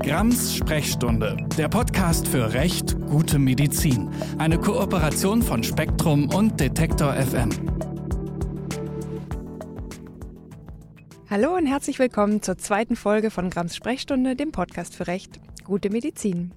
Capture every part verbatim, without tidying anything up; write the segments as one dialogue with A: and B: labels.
A: Grams Sprechstunde, der Podcast für Recht, gute Medizin. Eine Kooperation von Spektrum und Detektor F M.
B: Hallo und herzlich willkommen zur zweiten Folge von Grams Sprechstunde, dem Podcast für Recht, gute Medizin.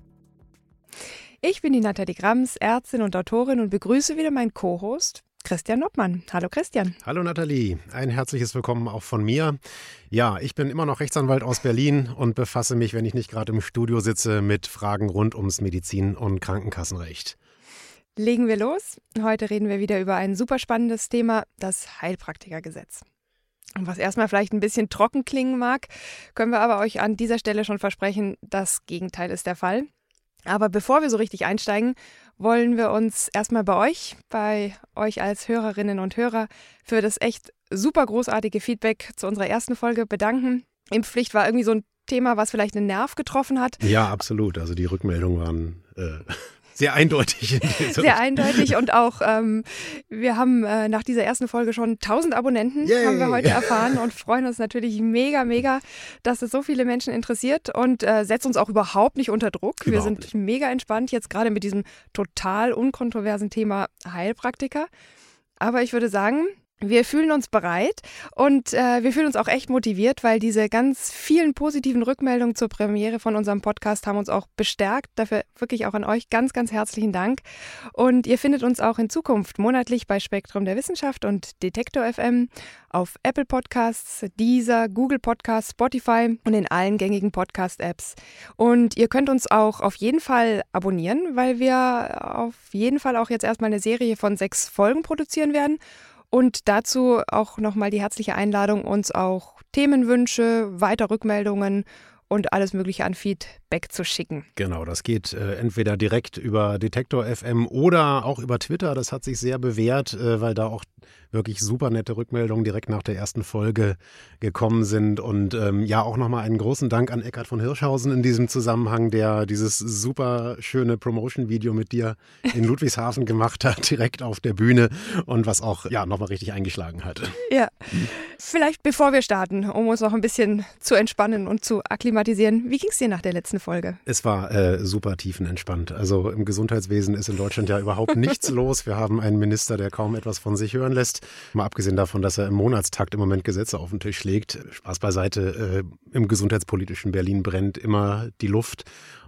B: Ich bin die Nathalie Grams, Ärztin und Autorin und begrüße wieder meinen Co-Host Christian Noppmann. Hallo Christian.
C: Hallo Nathalie, ein herzliches Willkommen auch von mir. Ja, ich bin immer noch Rechtsanwalt aus Berlin und befasse mich, wenn ich nicht gerade im Studio sitze, mit Fragen rund ums Medizin- und Krankenkassenrecht.
B: Legen wir los. Heute reden wir wieder über ein super spannendes Thema, das Heilpraktikergesetz. Und was erstmal vielleicht ein bisschen trocken klingen mag, können wir aber euch an dieser Stelle schon versprechen, das Gegenteil ist der Fall. Aber bevor wir so richtig einsteigen, wollen wir uns erstmal bei euch, bei euch als Hörerinnen und Hörer, für das echt super großartige Feedback zu unserer ersten Folge bedanken. Impfpflicht war irgendwie so ein Thema, was vielleicht einen Nerv getroffen hat.
C: Ja, absolut. Also die Rückmeldungen waren äh, sehr eindeutig.
B: Sehr eindeutig und auch, ähm, wir haben äh, nach dieser ersten Folge schon tausend Abonnenten, Yay. haben wir heute erfahren und freuen uns natürlich mega, mega, dass es so viele Menschen interessiert und äh, setzt uns auch überhaupt nicht unter Druck. Überhaupt wir sind nicht. mega entspannt jetzt gerade mit diesem total unkontroversen Thema Heilpraktiker. Aber ich würde sagen, wir fühlen uns bereit und äh, wir fühlen uns auch echt motiviert, weil diese ganz vielen positiven Rückmeldungen zur Premiere von unserem Podcast haben uns auch bestärkt. Dafür wirklich auch an euch ganz, ganz herzlichen Dank. Und ihr findet uns auch in Zukunft monatlich bei Spektrum der Wissenschaft und Detektor F M, auf Apple Podcasts, Deezer, Google Podcasts, Spotify und in allen gängigen Podcast-Apps. Und ihr könnt uns auch auf jeden Fall abonnieren, weil wir auf jeden Fall auch jetzt erstmal eine Serie von sechs Folgen produzieren werden. Und dazu auch nochmal die herzliche Einladung, uns auch Themenwünsche, weitere Rückmeldungen und alles Mögliche an Feedback zu schicken.
C: Genau, das geht äh, entweder direkt über Detektor F M oder auch über Twitter. Das hat sich sehr bewährt, äh, weil da auch wirklich super nette Rückmeldungen direkt nach der ersten Folge gekommen sind. Und ähm, ja, auch nochmal einen großen Dank an Eckhard von Hirschhausen in diesem Zusammenhang, der dieses super schöne Promotion-Video mit dir in Ludwigshafen gemacht hat, direkt auf der Bühne und was auch ja nochmal richtig eingeschlagen hat.
B: Ja, vielleicht bevor wir starten, um uns noch ein bisschen zu entspannen und zu akklimatisieren. Wie ging es dir nach der letzten Folge?
C: Es war äh, super tiefenentspannt. Also im Gesundheitswesen ist in Deutschland ja überhaupt nichts los. Wir haben einen Minister, der kaum etwas von sich hören lässt. Mal abgesehen davon, dass er im Monatstakt im Moment Gesetze auf den Tisch legt. Spaß beiseite, äh, im gesundheitspolitischen Berlin brennt immer die Luft.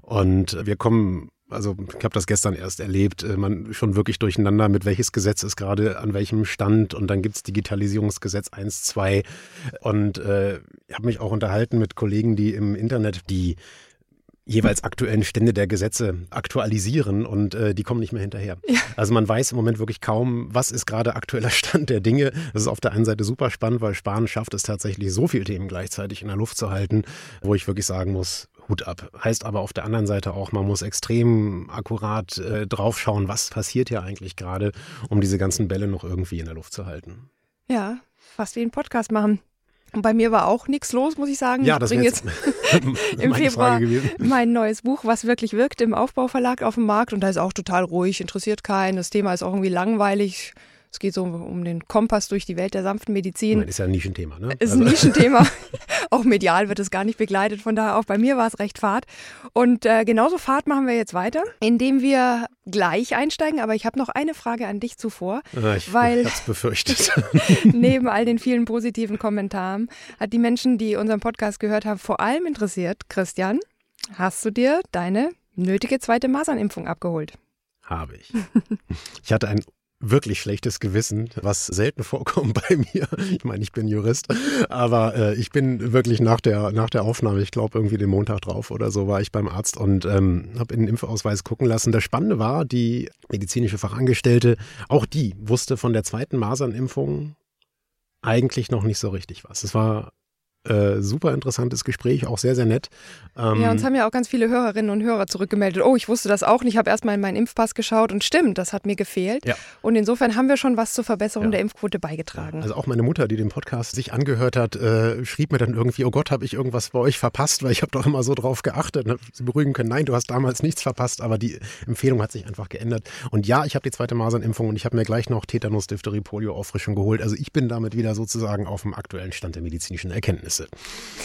C: Und wir kommen, also ich habe das gestern erst erlebt, äh, man schon wirklich durcheinander, mit welches Gesetz ist gerade an welchem Stand. Und dann gibt es Digitalisierungsgesetz eins, zwei. Und äh, ich habe mich auch unterhalten mit Kollegen, die im Internet die jeweils aktuellen Stände der Gesetze aktualisieren und äh, die kommen nicht mehr hinterher. Ja. Also man weiß im Moment wirklich kaum, was ist gerade aktueller Stand der Dinge. Das ist auf der einen Seite super spannend, weil Spahn schafft es tatsächlich, so viele Themen gleichzeitig in der Luft zu halten, wo ich wirklich sagen muss, Hut ab. Heißt aber auf der anderen Seite auch, man muss extrem akkurat äh, draufschauen, was passiert hier eigentlich gerade, um diese ganzen Bälle noch irgendwie in der Luft zu halten.
B: Ja, fast wie einen Podcast machen. Und bei mir war auch nichts los, muss ich sagen.
C: Ja, das
B: ich bringe
C: jetzt
B: jetzt im Februar mein neues Buch, was wirklich wirkt, im Aufbauverlag auf dem Markt. Und da ist auch total ruhig, interessiert keinen. Das Thema ist auch irgendwie langweilig. Es geht so um den Kompass durch die Welt der sanften Medizin.
C: Das ist ja ein Nischenthema, ne?
B: Ist ein also. Nischenthema. Auch medial wird es gar nicht begleitet. Von daher auch bei mir war es recht Fahrt. Und äh, genauso Fahrt machen wir jetzt weiter, indem wir gleich einsteigen. Aber ich habe noch eine Frage an dich zuvor.
C: Ja, ich
B: weil
C: habe es befürchtet.
B: Neben all den vielen positiven Kommentaren hat die Menschen, die unseren Podcast gehört haben, vor allem interessiert, Christian, hast du dir deine nötige zweite Masernimpfung abgeholt?
C: Habe ich. Ich hatte ein wirklich schlechtes Gewissen, was selten vorkommt bei mir. Ich meine, ich bin Jurist, aber äh, ich bin wirklich nach der, nach der Aufnahme, ich glaube irgendwie den Montag drauf oder so, war ich beim Arzt und ähm, habe in den Impfausweis gucken lassen. Das Spannende war, die medizinische Fachangestellte, auch die wusste von der zweiten Masernimpfung eigentlich noch nicht so richtig was. Es war Äh, super interessantes Gespräch, auch sehr, sehr nett.
B: Ähm ja, uns haben ja auch ganz viele Hörerinnen und Hörer zurückgemeldet. Oh, ich wusste das auch nicht. Ich habe erstmal in meinen Impfpass geschaut und stimmt, das hat mir gefehlt. Ja. Und insofern haben wir schon was zur Verbesserung ja. der Impfquote beigetragen.
C: Also auch meine Mutter, die den Podcast sich angehört hat, äh, schrieb mir dann irgendwie, oh Gott, habe ich irgendwas bei euch verpasst, weil ich habe doch immer so drauf geachtet. Sie beruhigen können, nein, du hast damals nichts verpasst, aber die Empfehlung hat sich einfach geändert. Und ja, ich habe die zweite Masernimpfung und ich habe mir gleich noch Tetanus, Diphtherie, Polio, Auffrischung geholt. Also ich bin damit wieder sozusagen auf dem aktuellen Stand der medizinischen Erkenntnisse.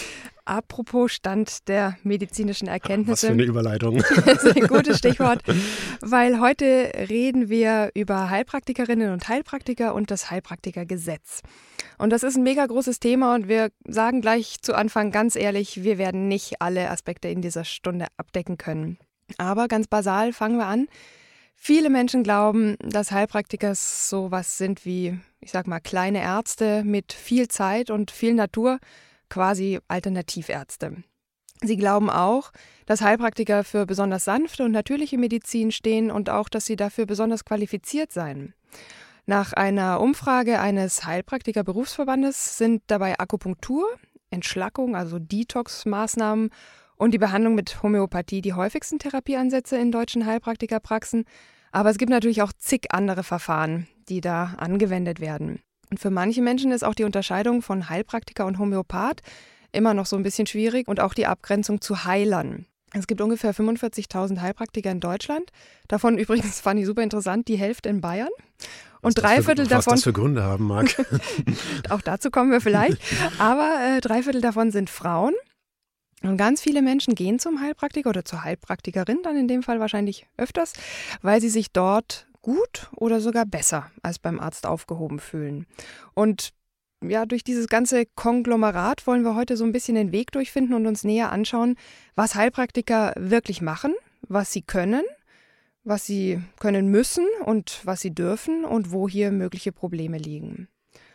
B: Apropos Stand der medizinischen Erkenntnisse.
C: Was für eine Überleitung.
B: Das ist ein gutes Stichwort, weil heute reden wir über Heilpraktikerinnen und Heilpraktiker und das Heilpraktikergesetz. Und das ist ein mega großes Thema und wir sagen gleich zu Anfang ganz ehrlich, wir werden nicht alle Aspekte in dieser Stunde abdecken können. Aber ganz basal fangen wir an. Viele Menschen glauben, dass Heilpraktiker sowas sind wie, ich sag mal, kleine Ärzte mit viel Zeit und viel Natur, quasi Alternativärzte. Sie glauben auch, dass Heilpraktiker für besonders sanfte und natürliche Medizin stehen und auch, dass sie dafür besonders qualifiziert seien. Nach einer Umfrage eines Heilpraktiker-Berufsverbandes sind dabei Akupunktur, Entschlackung, also Detox-Maßnahmen und die Behandlung mit Homöopathie die häufigsten Therapieansätze in deutschen Heilpraktikerpraxen. Aber es gibt natürlich auch zig andere Verfahren, die da angewendet werden. Und für manche Menschen ist auch die Unterscheidung von Heilpraktiker und Homöopath immer noch so ein bisschen schwierig und auch die Abgrenzung zu Heilern. Es gibt ungefähr fünfundvierzigtausend Heilpraktiker in Deutschland. Davon übrigens, fand ich super interessant, die Hälfte in Bayern. Und
C: was
B: drei Viertel
C: für,
B: davon.
C: Was das für Gründe haben mag.
B: Auch dazu kommen wir vielleicht. Aber äh, drei Viertel davon sind Frauen. Und ganz viele Menschen gehen zum Heilpraktiker oder zur Heilpraktikerin, dann in dem Fall wahrscheinlich öfters, weil sie sich dort gut oder sogar besser als beim Arzt aufgehoben fühlen. Und ja, durch dieses ganze Konglomerat wollen wir heute so ein bisschen den Weg durchfinden und uns näher anschauen, was Heilpraktiker wirklich machen, was sie können, was sie können müssen und was sie dürfen und wo hier mögliche Probleme liegen.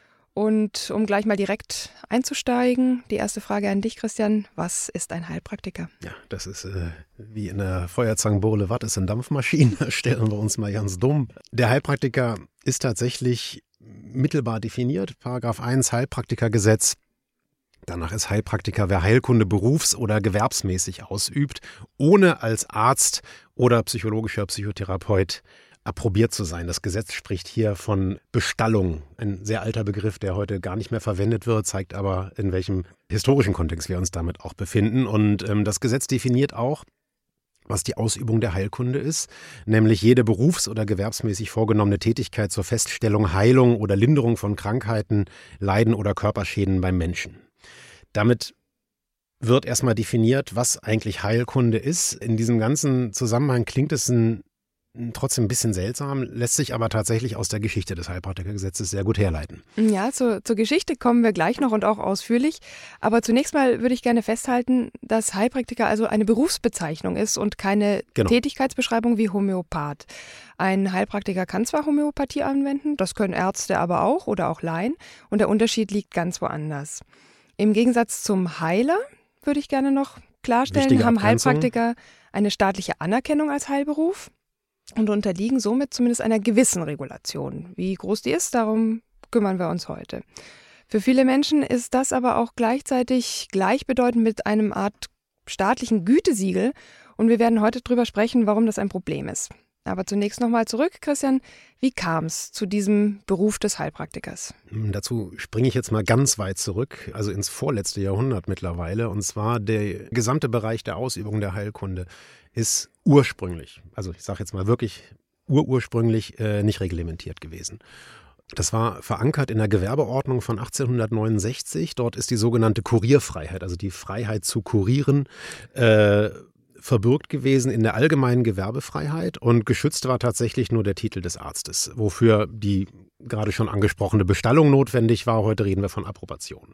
B: Und um gleich mal direkt einzusteigen, die erste Frage an dich, Christian. Was ist ein Heilpraktiker?
C: Ja, das ist äh, wie in der Feuerzangenbowle, was ist eine Dampfmaschine? Stellen wir uns mal ganz dumm. Der Heilpraktiker ist tatsächlich mittelbar definiert. Paragraph eins Heilpraktikergesetz. Danach ist Heilpraktiker, wer Heilkunde berufs- oder gewerbsmäßig ausübt, ohne als Arzt oder psychologischer Psychotherapeut approbiert zu sein. Das Gesetz spricht hier von Bestallung. Ein sehr alter Begriff, der heute gar nicht mehr verwendet wird, zeigt aber, in welchem historischen Kontext wir uns damit auch befinden. Und ähm, das Gesetz definiert auch, was die Ausübung der Heilkunde ist, nämlich jede berufs- oder gewerbsmäßig vorgenommene Tätigkeit zur Feststellung, Heilung oder Linderung von Krankheiten, Leiden oder Körperschäden beim Menschen. Damit wird erstmal definiert, was eigentlich Heilkunde ist. In diesem ganzen Zusammenhang klingt es ein trotzdem ein bisschen seltsam, lässt sich aber tatsächlich aus der Geschichte des Heilpraktikergesetzes sehr gut herleiten.
B: Ja, zur, zur Geschichte kommen wir gleich noch und auch ausführlich. Aber zunächst mal würde ich gerne festhalten, dass Heilpraktiker also eine Berufsbezeichnung ist und keine genau. Tätigkeitsbeschreibung wie Homöopath. Ein Heilpraktiker kann zwar Homöopathie anwenden, das können Ärzte aber auch oder auch Laien. Und der Unterschied liegt ganz woanders. Im Gegensatz zum Heiler, würde ich gerne noch klarstellen,
C: Wichtige
B: haben
C: Abgrenzung.
B: Heilpraktiker eine staatliche Anerkennung als Heilberuf und unterliegen somit zumindest einer gewissen Regulation. Wie groß die ist, darum kümmern wir uns heute. Für viele Menschen ist das aber auch gleichzeitig gleichbedeutend mit einem Art staatlichen Gütesiegel und wir werden heute darüber sprechen, warum das ein Problem ist. Aber zunächst nochmal zurück, Christian, wie kam es zu diesem Beruf des Heilpraktikers?
C: Dazu springe ich jetzt mal ganz weit zurück, also ins vorletzte Jahrhundert mittlerweile, und zwar der gesamte Bereich der Ausübung der Heilkunde ist ursprünglich, also ich sage jetzt mal wirklich urursprünglich äh, nicht reglementiert gewesen. Das war verankert in der Gewerbeordnung von achtzehnhundertneunundsechzig. Dort ist die sogenannte Kurierfreiheit, also die Freiheit zu kurieren, äh, verbürgt gewesen in der allgemeinen Gewerbefreiheit und geschützt war tatsächlich nur der Titel des Arztes, wofür die gerade schon angesprochene Bestallung notwendig war. Heute reden wir von Approbation.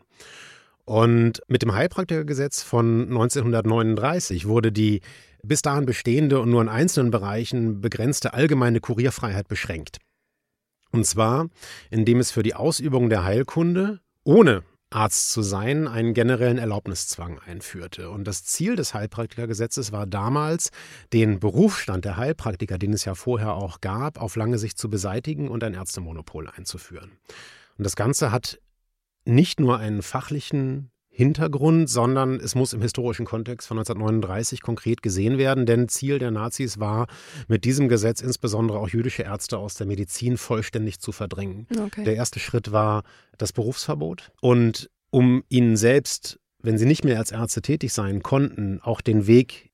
C: Und mit dem Heilpraktikergesetz von neunzehnhundertneununddreißig wurde die bis dahin bestehende und nur in einzelnen Bereichen begrenzte allgemeine Kurierfreiheit beschränkt. Und zwar, indem es für die Ausübung der Heilkunde ohne Arzt zu sein, einen generellen Erlaubniszwang einführte. Und das Ziel des Heilpraktikergesetzes war damals, den Berufsstand der Heilpraktiker, den es ja vorher auch gab, auf lange Sicht zu beseitigen und ein Ärztemonopol einzuführen. Und das Ganze hat nicht nur einen fachlichen Hintergrund, sondern es muss im historischen Kontext von neunzehnhundertneununddreißig konkret gesehen werden, denn Ziel der Nazis war, mit diesem Gesetz insbesondere auch jüdische Ärzte aus der Medizin vollständig zu verdrängen.
B: Okay.
C: Der erste Schritt war das Berufsverbot und um ihnen selbst, wenn sie nicht mehr als Ärzte tätig sein konnten, auch den Weg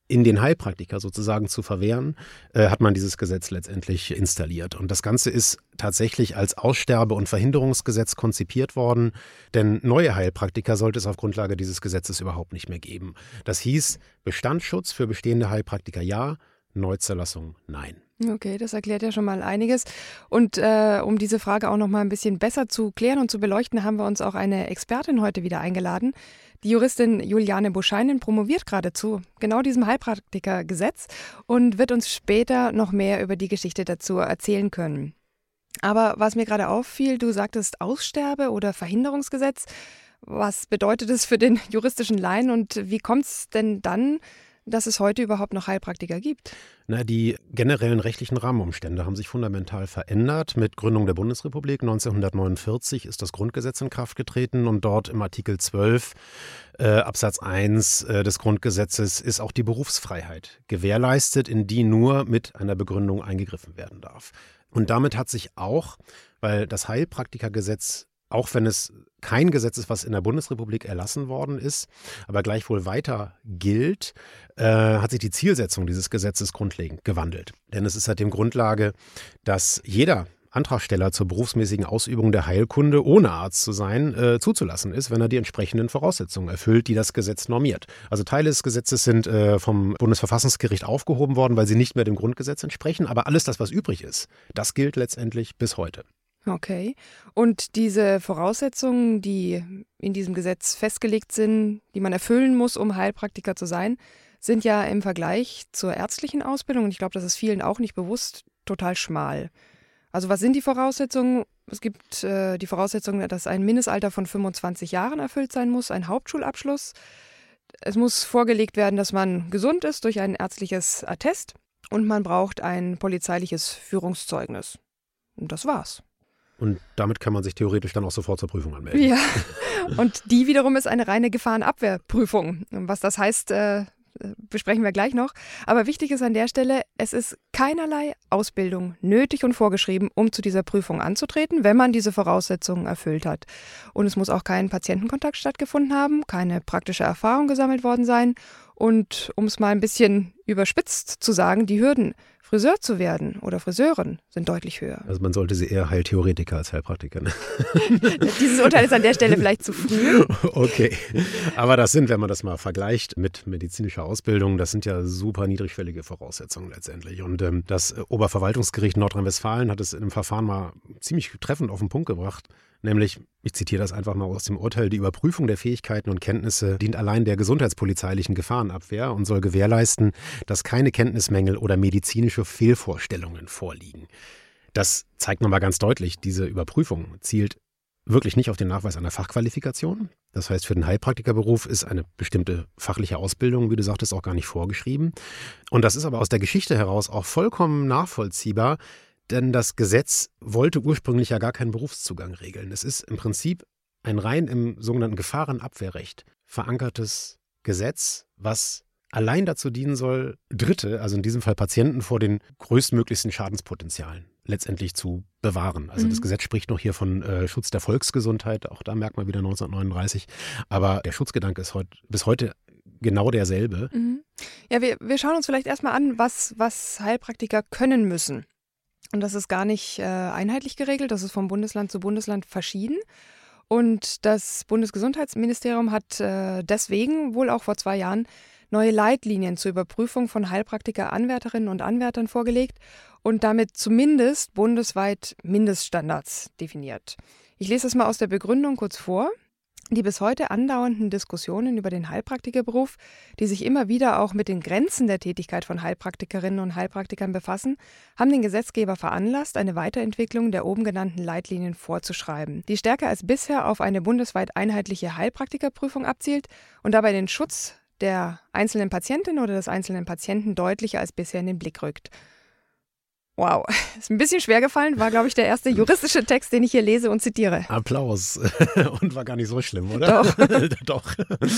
C: in den Heilpraktiker sozusagen zu verwehren, äh, hat man dieses Gesetz letztendlich installiert. Und das Ganze ist tatsächlich als Aussterbe- und Verhinderungsgesetz konzipiert worden, denn neue Heilpraktiker sollte es auf Grundlage dieses Gesetzes überhaupt nicht mehr geben. Das hieß Bestandsschutz für bestehende Heilpraktiker ja, Neuzulassung nein.
B: Okay, das erklärt ja schon mal einiges. Und äh, um diese Frage auch noch mal ein bisschen besser zu klären und zu beleuchten, haben wir uns auch eine Expertin heute wieder eingeladen. Die Juristin Juliane Buscheinen promoviert gerade zu genau diesem Heilpraktikergesetz und wird uns später noch mehr über die Geschichte dazu erzählen können. Aber was mir gerade auffiel, du sagtest Aussterbe- oder Verhinderungsgesetz. Was bedeutet es für den juristischen Laien und wie kommt es denn dann, dass es heute überhaupt noch Heilpraktiker gibt?
C: Na, die generellen rechtlichen Rahmenumstände haben sich fundamental verändert. Mit Gründung der Bundesrepublik neunzehnhundertneunundvierzig ist das Grundgesetz in Kraft getreten und dort im Artikel zwölf äh, Absatz eins äh, des Grundgesetzes ist auch die Berufsfreiheit gewährleistet, in die nur mit einer Begründung eingegriffen werden darf. Und damit hat sich auch, weil das Heilpraktikergesetz, auch wenn es kein Gesetz ist, was in der Bundesrepublik erlassen worden ist, aber gleichwohl weiter gilt, äh, hat sich die Zielsetzung dieses Gesetzes grundlegend gewandelt. Denn es ist seitdem Grundlage, dass jeder Antragsteller zur berufsmäßigen Ausübung der Heilkunde, ohne Arzt zu sein, äh, zuzulassen ist, wenn er die entsprechenden Voraussetzungen erfüllt, die das Gesetz normiert. Also Teile des Gesetzes sind äh, vom Bundesverfassungsgericht aufgehoben worden, weil sie nicht mehr dem Grundgesetz entsprechen. Aber alles das, was übrig ist, das gilt letztendlich bis heute.
B: Okay. Und diese Voraussetzungen, die in diesem Gesetz festgelegt sind, die man erfüllen muss, um Heilpraktiker zu sein, sind ja im Vergleich zur ärztlichen Ausbildung, und ich glaube, das ist vielen auch nicht bewusst, total schmal. Also was sind die Voraussetzungen? Es gibt äh, die Voraussetzung, dass ein Mindestalter von fünfundzwanzig Jahren erfüllt sein muss, ein Hauptschulabschluss. Es muss vorgelegt werden, dass man gesund ist durch ein ärztliches Attest und man braucht ein polizeiliches Führungszeugnis. Und das war's.
C: Und damit kann man sich theoretisch dann auch sofort zur Prüfung anmelden.
B: Ja, und die wiederum ist eine reine Gefahrenabwehrprüfung. Was das heißt, äh, besprechen wir gleich noch. Aber wichtig ist an der Stelle, es ist keinerlei Ausbildung nötig und vorgeschrieben, um zu dieser Prüfung anzutreten, wenn man diese Voraussetzungen erfüllt hat. Und es muss auch kein Patientenkontakt stattgefunden haben, keine praktische Erfahrung gesammelt worden sein. Und um es mal ein bisschen überspitzt zu sagen, die Hürden, Friseur zu werden oder Friseurin, sind deutlich höher.
C: Also man sollte sie eher Heiltheoretiker als Heilpraktiker. Ne?
B: Dieses Urteil ist an der Stelle vielleicht zu früh.
C: Okay, aber das sind, wenn man das mal vergleicht mit medizinischer Ausbildung, das sind ja super niedrigschwellige Voraussetzungen letztendlich. Und ähm, das Oberverwaltungsgericht Nordrhein-Westfalen hat es in einem Verfahren mal ziemlich treffend auf den Punkt gebracht. Nämlich, ich zitiere das einfach mal aus dem Urteil, die Überprüfung der Fähigkeiten und Kenntnisse dient allein der gesundheitspolizeilichen Gefahrenabwehr und soll gewährleisten, dass keine Kenntnismängel oder medizinische Fehlvorstellungen vorliegen. Das zeigt nochmal ganz deutlich, diese Überprüfung zielt wirklich nicht auf den Nachweis einer Fachqualifikation. Das heißt, für den Heilpraktikerberuf ist eine bestimmte fachliche Ausbildung, wie du sagtest, auch gar nicht vorgeschrieben. Und das ist aber aus der Geschichte heraus auch vollkommen nachvollziehbar, denn das Gesetz wollte ursprünglich ja gar keinen Berufszugang regeln. Es ist im Prinzip ein rein im sogenannten Gefahrenabwehrrecht verankertes Gesetz, was allein dazu dienen soll, Dritte, also in diesem Fall Patienten, vor den größtmöglichsten Schadenspotenzialen letztendlich zu bewahren. Also mhm. das Gesetz spricht noch hier von äh, Schutz der Volksgesundheit, auch da merkt man wieder neunzehnhundertneununddreißig. Aber der Schutzgedanke ist heut, bis heute genau derselbe.
B: Mhm. Ja, wir, wir schauen uns vielleicht erstmal an, was, was Heilpraktiker können müssen. Und das ist gar nicht äh, einheitlich geregelt, das ist vom Bundesland zu Bundesland verschieden. Und das Bundesgesundheitsministerium hat äh, deswegen wohl auch vor zwei Jahren neue Leitlinien zur Überprüfung von Heilpraktiker-Anwärterinnen und Anwärtern vorgelegt und damit zumindest bundesweit Mindeststandards definiert. Ich lese das mal aus der Begründung kurz vor. Die bis heute andauernden Diskussionen über den Heilpraktikerberuf, die sich immer wieder auch mit den Grenzen der Tätigkeit von Heilpraktikerinnen und Heilpraktikern befassen, haben den Gesetzgeber veranlasst, eine Weiterentwicklung der oben genannten Leitlinien vorzuschreiben, die stärker als bisher auf eine bundesweit einheitliche Heilpraktikerprüfung abzielt und dabei den Schutz der einzelnen Patientin oder des einzelnen Patienten deutlicher als bisher in den Blick rückt. Wow, ist ein bisschen schwer gefallen, war, glaube ich, der erste juristische Text, den ich hier lese und zitiere.
C: Applaus. Und war gar nicht so schlimm, oder?
B: Doch.
C: Doch.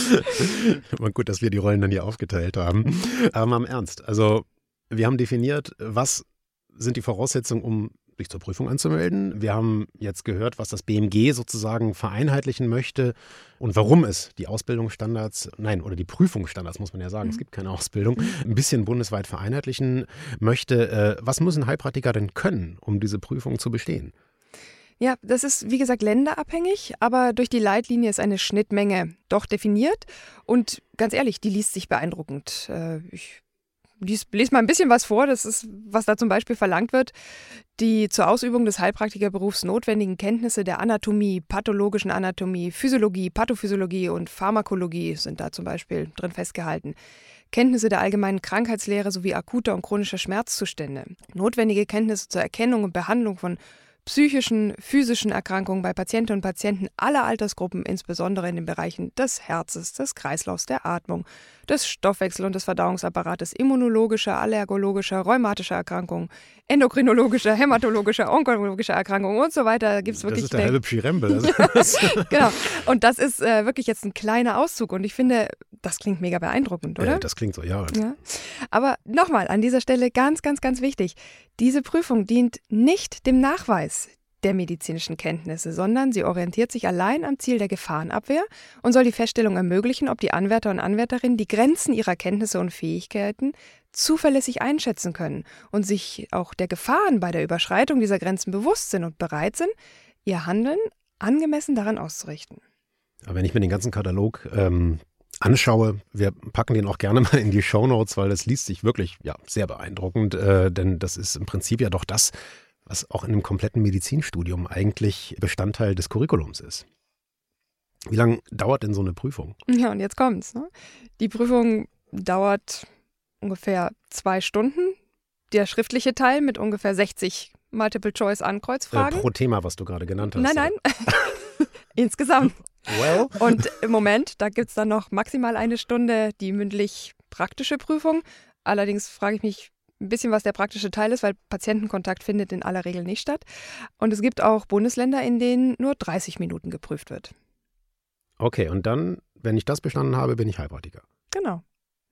C: War gut, dass wir die Rollen dann hier aufgeteilt haben. Aber mal im Ernst. Also, wir haben definiert, was sind die Voraussetzungen, um sich zur Prüfung anzumelden. Wir haben jetzt gehört, was das B M G sozusagen vereinheitlichen möchte und warum es die Ausbildungsstandards, nein, oder die Prüfungsstandards, muss man ja sagen, mhm. es gibt keine Ausbildung, ein bisschen bundesweit vereinheitlichen möchte. Was müssen Heilpraktiker denn können, um diese Prüfung zu bestehen?
B: Ja, das ist, wie gesagt, länderabhängig, aber durch die Leitlinie ist eine Schnittmenge doch definiert. Und ganz ehrlich, die liest sich beeindruckend. Ich lese lies mal ein bisschen was vor. Das ist, was da zum Beispiel verlangt wird. Die zur Ausübung des Heilpraktikerberufs notwendigen Kenntnisse der Anatomie, pathologischen Anatomie, Physiologie, Pathophysiologie und Pharmakologie sind da zum Beispiel drin festgehalten. Kenntnisse der allgemeinen Krankheitslehre sowie akuter und chronischer Schmerzzustände. Notwendige Kenntnisse zur Erkennung und Behandlung von psychischen, physischen Erkrankungen bei Patientinnen und Patienten aller Altersgruppen, insbesondere in den Bereichen des Herzens, des Kreislaufs, der Atmung, des Stoffwechsel- und des Verdauungsapparates, immunologischer, allergologischer, rheumatischer Erkrankungen, endokrinologischer, hämatologischer, onkologischer Erkrankungen und so weiter. Da gibt's wirklich
C: das ist der halbe Pschirembel.
B: Genau. Und das ist äh, wirklich jetzt ein kleiner Auszug. Und ich finde, das klingt mega beeindruckend, oder?
C: Äh, das klingt so, ja.
B: ja. Aber nochmal, an dieser Stelle ganz, ganz, ganz wichtig. Diese Prüfung dient nicht dem Nachweis der medizinischen Kenntnisse, sondern sie orientiert sich allein am Ziel der Gefahrenabwehr und soll die Feststellung ermöglichen, ob die Anwärter und Anwärterinnen die Grenzen ihrer Kenntnisse und Fähigkeiten zuverlässig einschätzen können und sich auch der Gefahren bei der Überschreitung dieser Grenzen bewusst sind und bereit sind, ihr Handeln angemessen daran auszurichten.
C: Aber wenn ich mir den ganzen Katalog ähm, anschaue, wir packen den auch gerne mal in die Shownotes, weil das liest sich wirklich ja, sehr beeindruckend, äh, denn das ist im Prinzip ja doch das, was auch in einem kompletten Medizinstudium eigentlich Bestandteil des Curriculums ist. Wie lange dauert denn so eine Prüfung?
B: Ja, und jetzt kommt's. Ne? Die Prüfung dauert ungefähr zwei Stunden. Der schriftliche Teil mit ungefähr sechzig Multiple-Choice-Ankreuzfragen.
C: Äh, pro Thema, was du gerade genannt hast.
B: Nein, nein. Insgesamt.
C: Well.
B: Und im Moment, da gibt es dann noch maximal eine Stunde die mündlich-praktische Prüfung. Allerdings frage ich mich ein bisschen, was der praktische Teil ist, weil Patientenkontakt findet in aller Regel nicht statt. Und es gibt auch Bundesländer, in denen nur dreißig Minuten geprüft wird.
C: Okay, und dann, wenn ich das bestanden habe, bin ich Heilpraktiker.
B: Genau.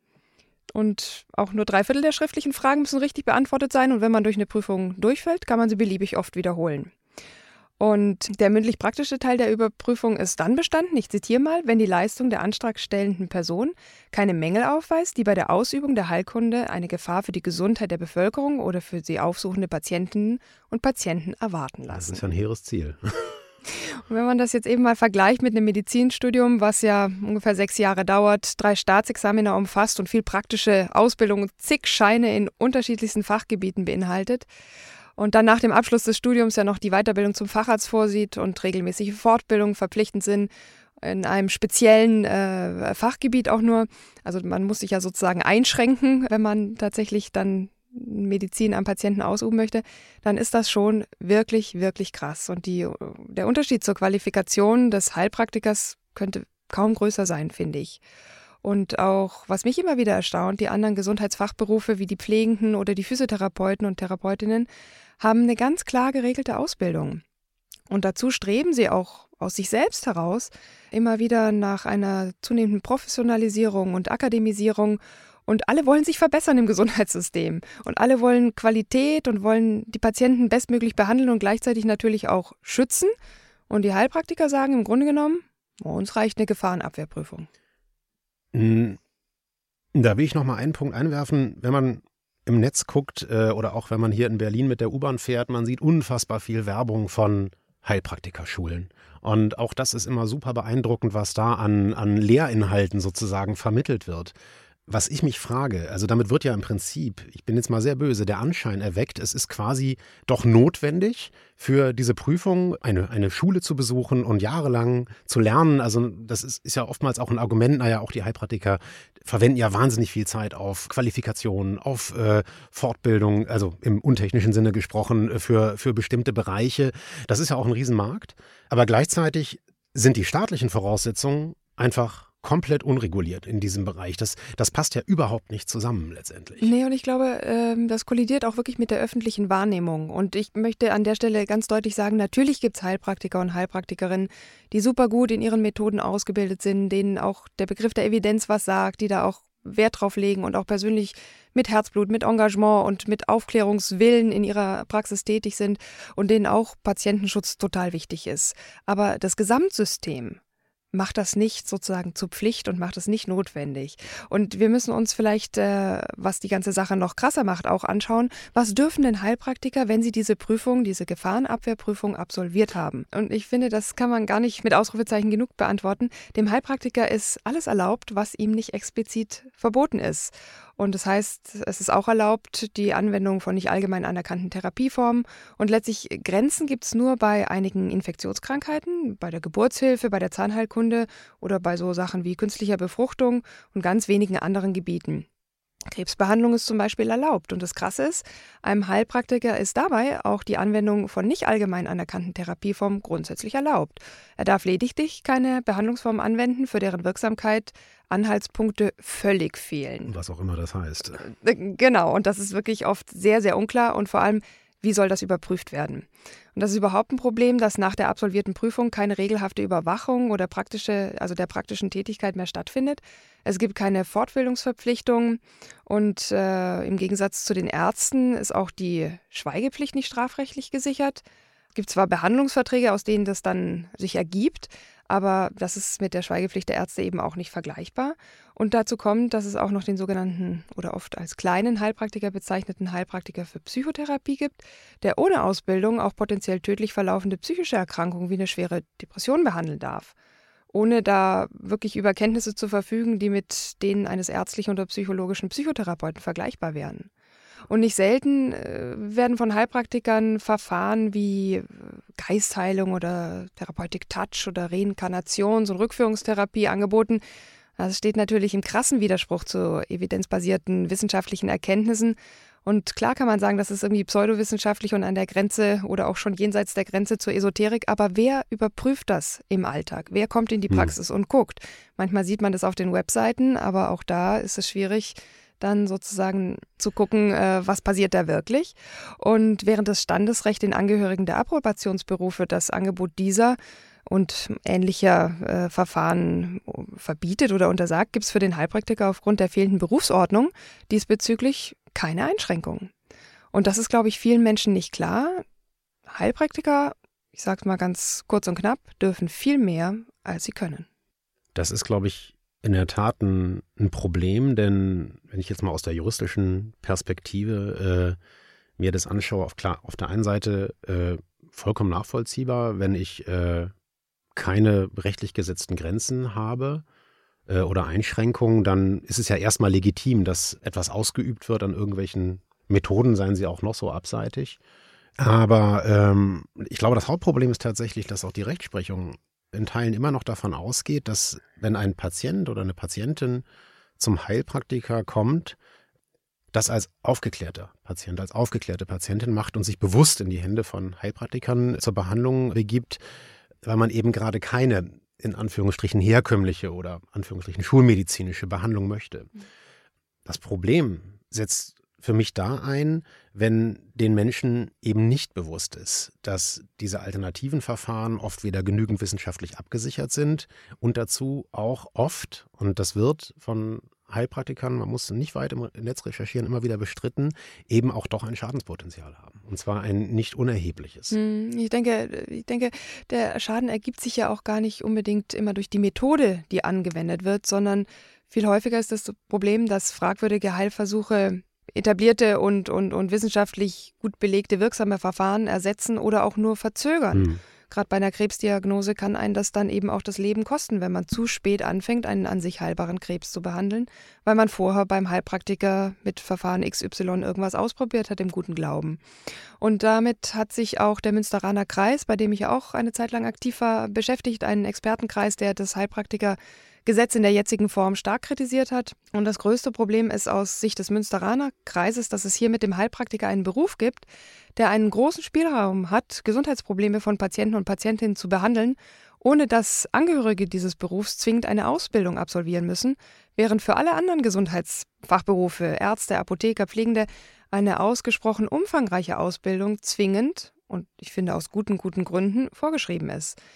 B: Und auch nur drei Viertel der schriftlichen Fragen müssen richtig beantwortet sein. Und wenn man durch eine Prüfung durchfällt, kann man sie beliebig oft wiederholen. Und der mündlich-praktische Teil der Überprüfung ist dann bestanden, ich zitiere mal, wenn die Leistung der antragstellenden Person keine Mängel aufweist, die bei der Ausübung der Heilkunde eine Gefahr für die Gesundheit der Bevölkerung oder für sie aufsuchende Patientinnen und Patienten erwarten lassen.
C: Das ist ja ein hehres Ziel.
B: Und wenn man das jetzt eben mal vergleicht mit einem Medizinstudium, was ja ungefähr sechs Jahre dauert, drei Staatsexamina umfasst und viel praktische Ausbildung und zig Scheine in unterschiedlichsten Fachgebieten beinhaltet, und dann nach dem Abschluss des Studiums ja noch die Weiterbildung zum Facharzt vorsieht und regelmäßige Fortbildungen verpflichtend sind, in einem speziellen äh, Fachgebiet auch nur. Also man muss sich ja sozusagen einschränken, wenn man tatsächlich dann Medizin am Patienten ausüben möchte, dann ist das schon wirklich, wirklich krass. Und die, der Unterschied zur Qualifikation des Heilpraktikers könnte kaum größer sein, finde ich. Und auch, was mich immer wieder erstaunt, die anderen Gesundheitsfachberufe wie die Pflegenden oder die Physiotherapeuten und Therapeutinnen haben eine ganz klar geregelte Ausbildung. Und dazu streben sie auch aus sich selbst heraus immer wieder nach einer zunehmenden Professionalisierung und Akademisierung. Und alle wollen sich verbessern im Gesundheitssystem. Und alle wollen Qualität und wollen die Patienten bestmöglich behandeln und gleichzeitig natürlich auch schützen. Und die Heilpraktiker sagen im Grunde genommen, oh, uns reicht eine Gefahrenabwehrprüfung.
C: Da will ich noch mal einen Punkt einwerfen. Wenn man im Netz guckt äh, oder auch wenn man hier in Berlin mit der U-Bahn fährt, man sieht unfassbar viel Werbung von Heilpraktikerschulen. Und auch das ist immer super beeindruckend, was da an, an Lehrinhalten sozusagen vermittelt wird. Was ich mich frage, also damit wird ja im Prinzip, ich bin jetzt mal sehr böse, der Anschein erweckt, es ist quasi doch notwendig für diese Prüfung eine, eine Schule zu besuchen und jahrelang zu lernen. Also das ist, ist ja oftmals auch ein Argument, naja, auch die Heilpraktiker verwenden ja wahnsinnig viel Zeit auf Qualifikationen, auf äh, Fortbildung, also im untechnischen Sinne gesprochen, für, für bestimmte Bereiche. Das ist ja auch ein Riesenmarkt, aber gleichzeitig sind die staatlichen Voraussetzungen einfach komplett unreguliert in diesem Bereich. Das, das passt ja überhaupt nicht zusammen letztendlich.
B: Nee, und ich glaube, ähm, das kollidiert auch wirklich mit der öffentlichen Wahrnehmung. Und ich möchte an der Stelle ganz deutlich sagen, natürlich gibt es Heilpraktiker und Heilpraktikerinnen, die super gut in ihren Methoden ausgebildet sind, denen auch der Begriff der Evidenz was sagt, die da auch Wert drauf legen und auch persönlich mit Herzblut, mit Engagement und mit Aufklärungswillen in ihrer Praxis tätig sind und denen auch Patientenschutz total wichtig ist. Aber das Gesamtsystem macht das nicht sozusagen zur Pflicht und macht es nicht notwendig. Und wir müssen uns vielleicht, äh, was die ganze Sache noch krasser macht, auch anschauen, was dürfen denn Heilpraktiker, wenn sie diese Prüfung, diese Gefahrenabwehrprüfung absolviert haben? Und ich finde, das kann man gar nicht mit Ausrufezeichen genug beantworten. Dem Heilpraktiker ist alles erlaubt, was ihm nicht explizit verboten ist. Und das heißt, es ist auch erlaubt, die Anwendung von nicht allgemein anerkannten Therapieformen. Und letztlich Grenzen gibt es nur bei einigen Infektionskrankheiten, bei der Geburtshilfe, bei der Zahnheilkunde oder bei so Sachen wie künstlicher Befruchtung und ganz wenigen anderen Gebieten. Krebsbehandlung ist zum Beispiel erlaubt. Und das Krasse ist, einem Heilpraktiker ist dabei auch die Anwendung von nicht allgemein anerkannten Therapieformen grundsätzlich erlaubt. Er darf lediglich keine Behandlungsformen anwenden, für deren Wirksamkeit Anhaltspunkte völlig fehlen.
C: Was auch immer das heißt.
B: Genau, und das ist wirklich oft sehr, sehr unklar und vor allem, wie soll das überprüft werden? Und das ist überhaupt ein Problem, dass nach der absolvierten Prüfung keine regelhafte Überwachung oder praktische, also der praktischen Tätigkeit mehr stattfindet. Es gibt keine Fortbildungsverpflichtung und äh, im Gegensatz zu den Ärzten ist auch die Schweigepflicht nicht strafrechtlich gesichert. Es gibt zwar Behandlungsverträge, aus denen das dann sich ergibt, aber das ist mit der Schweigepflicht der Ärzte eben auch nicht vergleichbar. Und dazu kommt, dass es auch noch den sogenannten oder oft als kleinen Heilpraktiker bezeichneten Heilpraktiker für Psychotherapie gibt, der ohne Ausbildung auch potenziell tödlich verlaufende psychische Erkrankungen wie eine schwere Depression behandeln darf, ohne da wirklich über Kenntnisse zu verfügen, die mit denen eines ärztlichen oder psychologischen Psychotherapeuten vergleichbar wären. Und nicht selten äh, werden von Heilpraktikern Verfahren wie Geistheilung oder Therapeutic Touch oder Reinkarnations- und Rückführungstherapie angeboten. Das steht natürlich im krassen Widerspruch zu evidenzbasierten wissenschaftlichen Erkenntnissen. Und klar kann man sagen, das ist irgendwie pseudowissenschaftlich und an der Grenze oder auch schon jenseits der Grenze zur Esoterik. Aber wer überprüft das im Alltag? Wer kommt in die Praxis hm. und guckt? Manchmal sieht man das auf den Webseiten, aber auch da ist es schwierig, dann sozusagen zu gucken, äh, was passiert da wirklich. Und während das Standesrecht den Angehörigen der Approbationsberufe das Angebot dieser und ähnlicher äh, Verfahren verbietet oder untersagt, gibt es für den Heilpraktiker aufgrund der fehlenden Berufsordnung diesbezüglich keine Einschränkungen. Und das ist, glaube ich, vielen Menschen nicht klar. Heilpraktiker, ich sage es mal ganz kurz und knapp, dürfen viel mehr, als sie können.
C: Das ist, glaube ich, in der Tat ein, ein Problem, denn wenn ich jetzt mal aus der juristischen Perspektive äh, mir das anschaue, auf, klar, auf der einen Seite äh, vollkommen nachvollziehbar, wenn ich äh, keine rechtlich gesetzten Grenzen habe äh, oder Einschränkungen, dann ist es ja erstmal legitim, dass etwas ausgeübt wird an irgendwelchen Methoden, seien sie auch noch so abseitig. Aber ähm, ich glaube, das Hauptproblem ist tatsächlich, dass auch die Rechtsprechung in Teilen immer noch davon ausgeht, dass wenn ein Patient oder eine Patientin zum Heilpraktiker kommt, das als aufgeklärter Patient, als aufgeklärte Patientin macht und sich bewusst in die Hände von Heilpraktikern zur Behandlung begibt, weil man eben gerade keine, in Anführungsstrichen, herkömmliche oder Anführungsstrichen schulmedizinische Behandlung möchte. Das Problem setzt für mich da ein, wenn den Menschen eben nicht bewusst ist, dass diese alternativen Verfahren oft weder genügend wissenschaftlich abgesichert sind und dazu auch oft, und das wird von Heilpraktikern, man muss nicht weit im Netz recherchieren, immer wieder bestritten, eben auch doch ein Schadenspotenzial haben. Und zwar ein nicht unerhebliches.
B: Ich denke, ich denke, der Schaden ergibt sich ja auch gar nicht unbedingt immer durch die Methode, die angewendet wird, sondern viel häufiger ist das Problem, dass fragwürdige Heilversuche etablierte und, und, und wissenschaftlich gut belegte wirksame Verfahren ersetzen oder auch nur verzögern. Hm. Gerade bei einer Krebsdiagnose kann einen das dann eben auch das Leben kosten, wenn man zu spät anfängt, einen an sich heilbaren Krebs zu behandeln, weil man vorher beim Heilpraktiker mit Verfahren X Y irgendwas ausprobiert hat im guten Glauben. Und damit hat sich auch der Münsteraner Kreis, bei dem ich ja auch eine Zeit lang aktiv war, beschäftigt, einen Expertenkreis, der das Heilpraktikergesetz in der jetzigen Form stark kritisiert hat. Und das größte Problem ist aus Sicht des Münsteraner Kreises, dass es hier mit dem Heilpraktiker einen Beruf gibt, der einen großen Spielraum hat, Gesundheitsprobleme von Patienten und Patientinnen zu behandeln, ohne dass Angehörige dieses Berufs zwingend eine Ausbildung absolvieren müssen, während für alle anderen Gesundheitsfachberufe, Ärzte, Apotheker, Pflegende, eine ausgesprochen umfangreiche Ausbildung zwingend, und ich finde aus guten, guten Gründen, vorgeschrieben ist.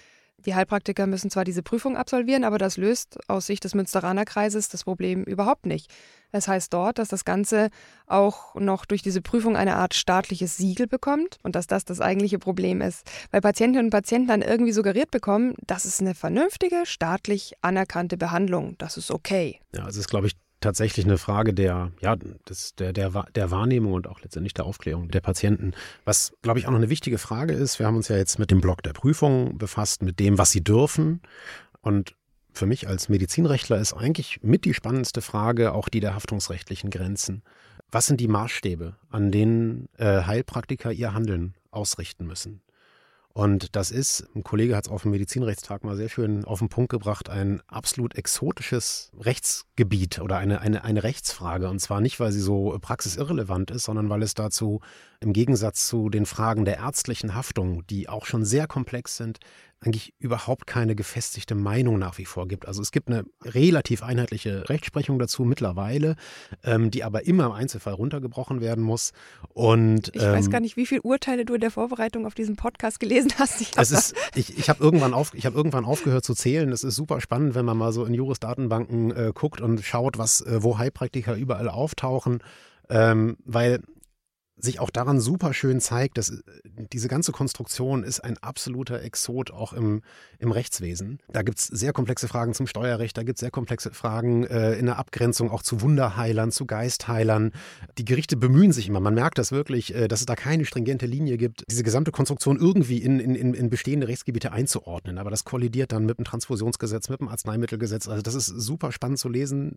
B: Die Heilpraktiker müssen zwar diese Prüfung absolvieren, aber das löst aus Sicht des Münsteraner Kreises das Problem überhaupt nicht. Das heißt dort, dass das Ganze auch noch durch diese Prüfung eine Art staatliches Siegel bekommt und dass das das eigentliche Problem ist. Weil Patientinnen und Patienten dann irgendwie suggeriert bekommen, das ist eine vernünftige, staatlich anerkannte Behandlung. Das ist okay.
C: Ja, also ist, glaube ich, tatsächlich eine Frage der, ja, des, der, der, der Wahrnehmung und auch letztendlich der Aufklärung der Patienten. Was, glaube ich, auch noch eine wichtige Frage ist, wir haben uns ja jetzt mit dem Block der Prüfung befasst, mit dem, was sie dürfen. Und für mich als Medizinrechtler ist eigentlich mit die spannendste Frage auch die der haftungsrechtlichen Grenzen. Was sind die Maßstäbe, an denen äh, Heilpraktiker ihr Handeln ausrichten müssen? Und das ist, ein Kollege hat es auf dem Medizinrechtstag mal sehr schön auf den Punkt gebracht, ein absolut exotisches Rechtsgebiet oder eine, eine, eine Rechtsfrage. Und zwar nicht, weil sie so praxisirrelevant ist, sondern weil es dazu im Gegensatz zu den Fragen der ärztlichen Haftung, die auch schon sehr komplex sind, eigentlich überhaupt keine gefestigte Meinung nach wie vor gibt. Also es gibt eine relativ einheitliche Rechtsprechung dazu mittlerweile, ähm, die aber immer im Einzelfall runtergebrochen werden muss. Und,
B: ich
C: ähm,
B: weiß gar nicht, wie viele Urteile du in der Vorbereitung auf diesen Podcast gelesen hast. Ich
C: habe ich, ich hab irgendwann, auf, ich hab irgendwann aufgehört zu zählen. Das ist super spannend, wenn man mal so in Juris-Datenbanken äh, guckt und schaut, was, äh, wo Heilpraktiker überall auftauchen, ähm, weil sich auch daran super schön zeigt, dass diese ganze Konstruktion ist ein absoluter Exot auch im, im Rechtswesen. Da gibt es sehr komplexe Fragen zum Steuerrecht, da gibt es sehr komplexe Fragen äh, in der Abgrenzung auch zu Wunderheilern, zu Geistheilern. Die Gerichte bemühen sich immer, man merkt das wirklich, äh, dass es da keine stringente Linie gibt, diese gesamte Konstruktion irgendwie in, in, in bestehende Rechtsgebiete einzuordnen. Aber das kollidiert dann mit dem Transfusionsgesetz, mit dem Arzneimittelgesetz. Also das ist super spannend zu lesen.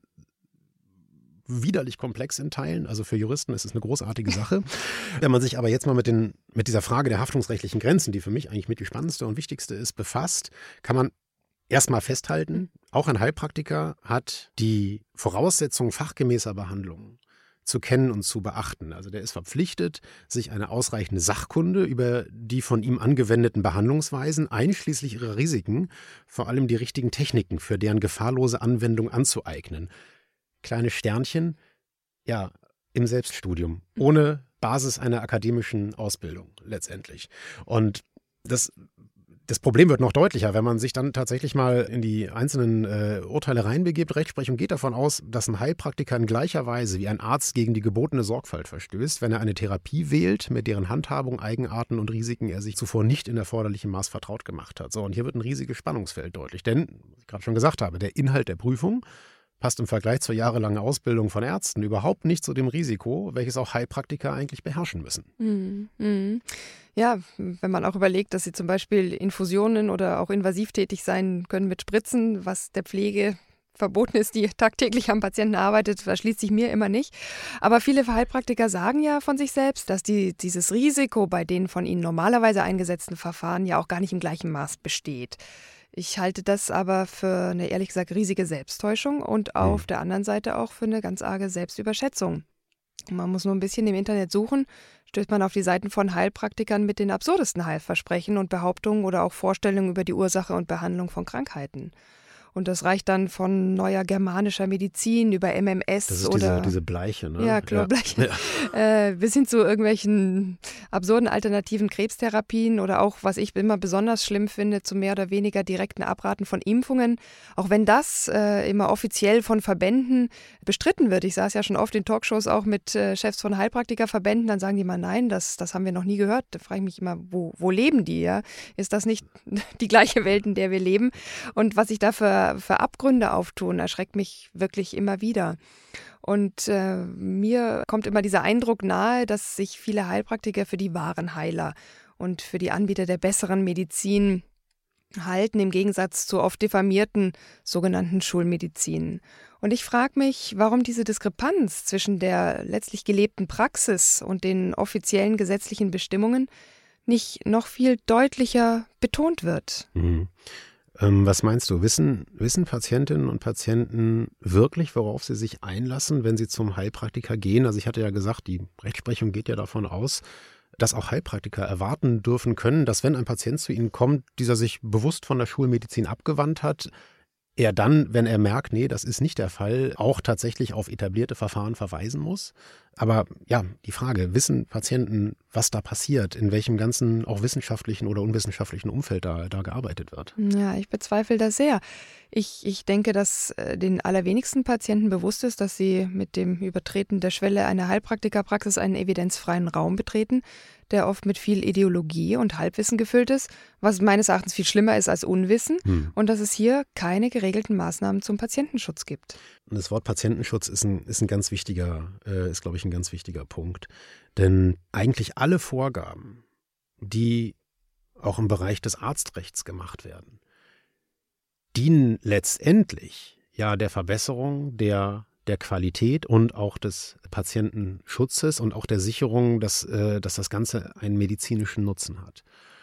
C: Widerlich komplex in Teilen, also für Juristen ist es eine großartige Sache. Wenn man sich aber jetzt mal mit, den, mit dieser Frage der haftungsrechtlichen Grenzen, die für mich eigentlich mit die spannendste und wichtigste ist, befasst, kann man erstmal festhalten, auch ein Heilpraktiker hat die Voraussetzungen fachgemäßer Behandlung zu kennen und zu beachten. Also der ist verpflichtet, sich eine ausreichende Sachkunde über die von ihm angewendeten Behandlungsweisen, einschließlich ihrer Risiken, vor allem die richtigen Techniken für deren gefahrlose Anwendung anzueignen. Kleine Sternchen, ja, im Selbststudium, ohne Basis einer akademischen Ausbildung letztendlich. Und das, das Problem wird noch deutlicher, wenn man sich dann tatsächlich mal in die einzelnen äh, Urteile reinbegibt. Rechtsprechung geht davon aus, dass ein Heilpraktiker in gleicher Weise wie ein Arzt gegen die gebotene Sorgfalt verstößt, wenn er eine Therapie wählt, mit deren Handhabung, Eigenarten und Risiken er sich zuvor nicht in erforderlichem Maß vertraut gemacht hat. So, und hier wird ein riesiges Spannungsfeld deutlich, denn, wie ich gerade schon gesagt habe, der Inhalt der Prüfung passt im Vergleich zur jahrelangen Ausbildung von Ärzten überhaupt nicht zu dem Risiko, welches auch Heilpraktiker eigentlich beherrschen müssen.
B: Mhm. Mhm. Ja, wenn man auch überlegt, dass sie zum Beispiel Infusionen oder auch invasiv tätig sein können mit Spritzen, was der Pflege verboten ist, die tagtäglich am Patienten arbeitet, verschließt sich mir immer nicht. Aber viele Heilpraktiker sagen ja von sich selbst, dass die, dieses Risiko bei den von ihnen normalerweise eingesetzten Verfahren ja auch gar nicht im gleichen Maß besteht. Ich halte das aber für eine, ehrlich gesagt, riesige Selbsttäuschung und auf mhm. der anderen Seite auch für eine ganz arge Selbstüberschätzung. Man muss nur ein bisschen im Internet suchen, stößt man auf die Seiten von Heilpraktikern mit den absurdesten Heilversprechen und Behauptungen oder auch Vorstellungen über die Ursache und Behandlung von Krankheiten. Und das reicht dann von neuer germanischer Medizin über M M S
C: das ist
B: oder
C: diese, diese Bleiche, ne?
B: Ja, Chlorbleiche. Ja. Äh, bis hin zu irgendwelchen absurden alternativen Krebstherapien oder auch, was ich immer besonders schlimm finde, zu mehr oder weniger direkten Abraten von Impfungen. Auch wenn das äh, immer offiziell von Verbänden bestritten wird. Ich saß ja schon oft in Talkshows auch mit äh, Chefs von Heilpraktikerverbänden, dann sagen die mal, nein, das, das haben wir noch nie gehört. Da frage ich mich immer, wo, wo leben die? Ja? Ist das nicht die gleiche Welt, in der wir leben? Und was ich da für für Abgründe auftun, erschreckt mich wirklich immer wieder. Und äh, mir kommt immer dieser Eindruck nahe, dass sich viele Heilpraktiker für die wahren Heiler und für die Anbieter der besseren Medizin halten, im Gegensatz zur oft diffamierten sogenannten Schulmedizin. Und ich frage mich, warum diese Diskrepanz zwischen der letztlich gelebten Praxis und den offiziellen gesetzlichen Bestimmungen nicht noch viel deutlicher betont wird.
C: Mhm. Was meinst du? Wissen, wissen Patientinnen und Patienten wirklich, worauf sie sich einlassen, wenn sie zum Heilpraktiker gehen? Also ich hatte ja gesagt, die Rechtsprechung geht ja davon aus, dass auch Heilpraktiker erwarten dürfen können, dass wenn ein Patient zu ihnen kommt, dieser sich bewusst von der Schulmedizin abgewandt hat, er dann, wenn er merkt, nee, das ist nicht der Fall, auch tatsächlich auf etablierte Verfahren verweisen muss. Aber ja, die Frage, wissen Patienten, was da passiert, in welchem ganzen auch wissenschaftlichen oder unwissenschaftlichen Umfeld da, da gearbeitet wird?
B: Ja, ich bezweifle das sehr. Ich, ich denke, dass äh, den allerwenigsten Patienten bewusst ist, dass sie mit dem Übertreten der Schwelle einer Heilpraktikerpraxis einen evidenzfreien Raum betreten, der oft mit viel Ideologie und Halbwissen gefüllt ist, was meines Erachtens viel schlimmer ist als Unwissen, hm. und dass es hier keine geregelten Maßnahmen zum Patientenschutz gibt.
C: Und das Wort Patientenschutz ist ein, ist ein ganz wichtiger, äh, ist, glaube ich, ein ganz wichtiger Punkt. Denn eigentlich alle Vorgaben, die auch im Bereich des Arztrechts gemacht werden, dienen letztendlich ja der Verbesserung der der Qualität und auch des Patientenschutzes und auch der Sicherung, dass, äh, dass das Ganze einen medizinischen Nutzen hat.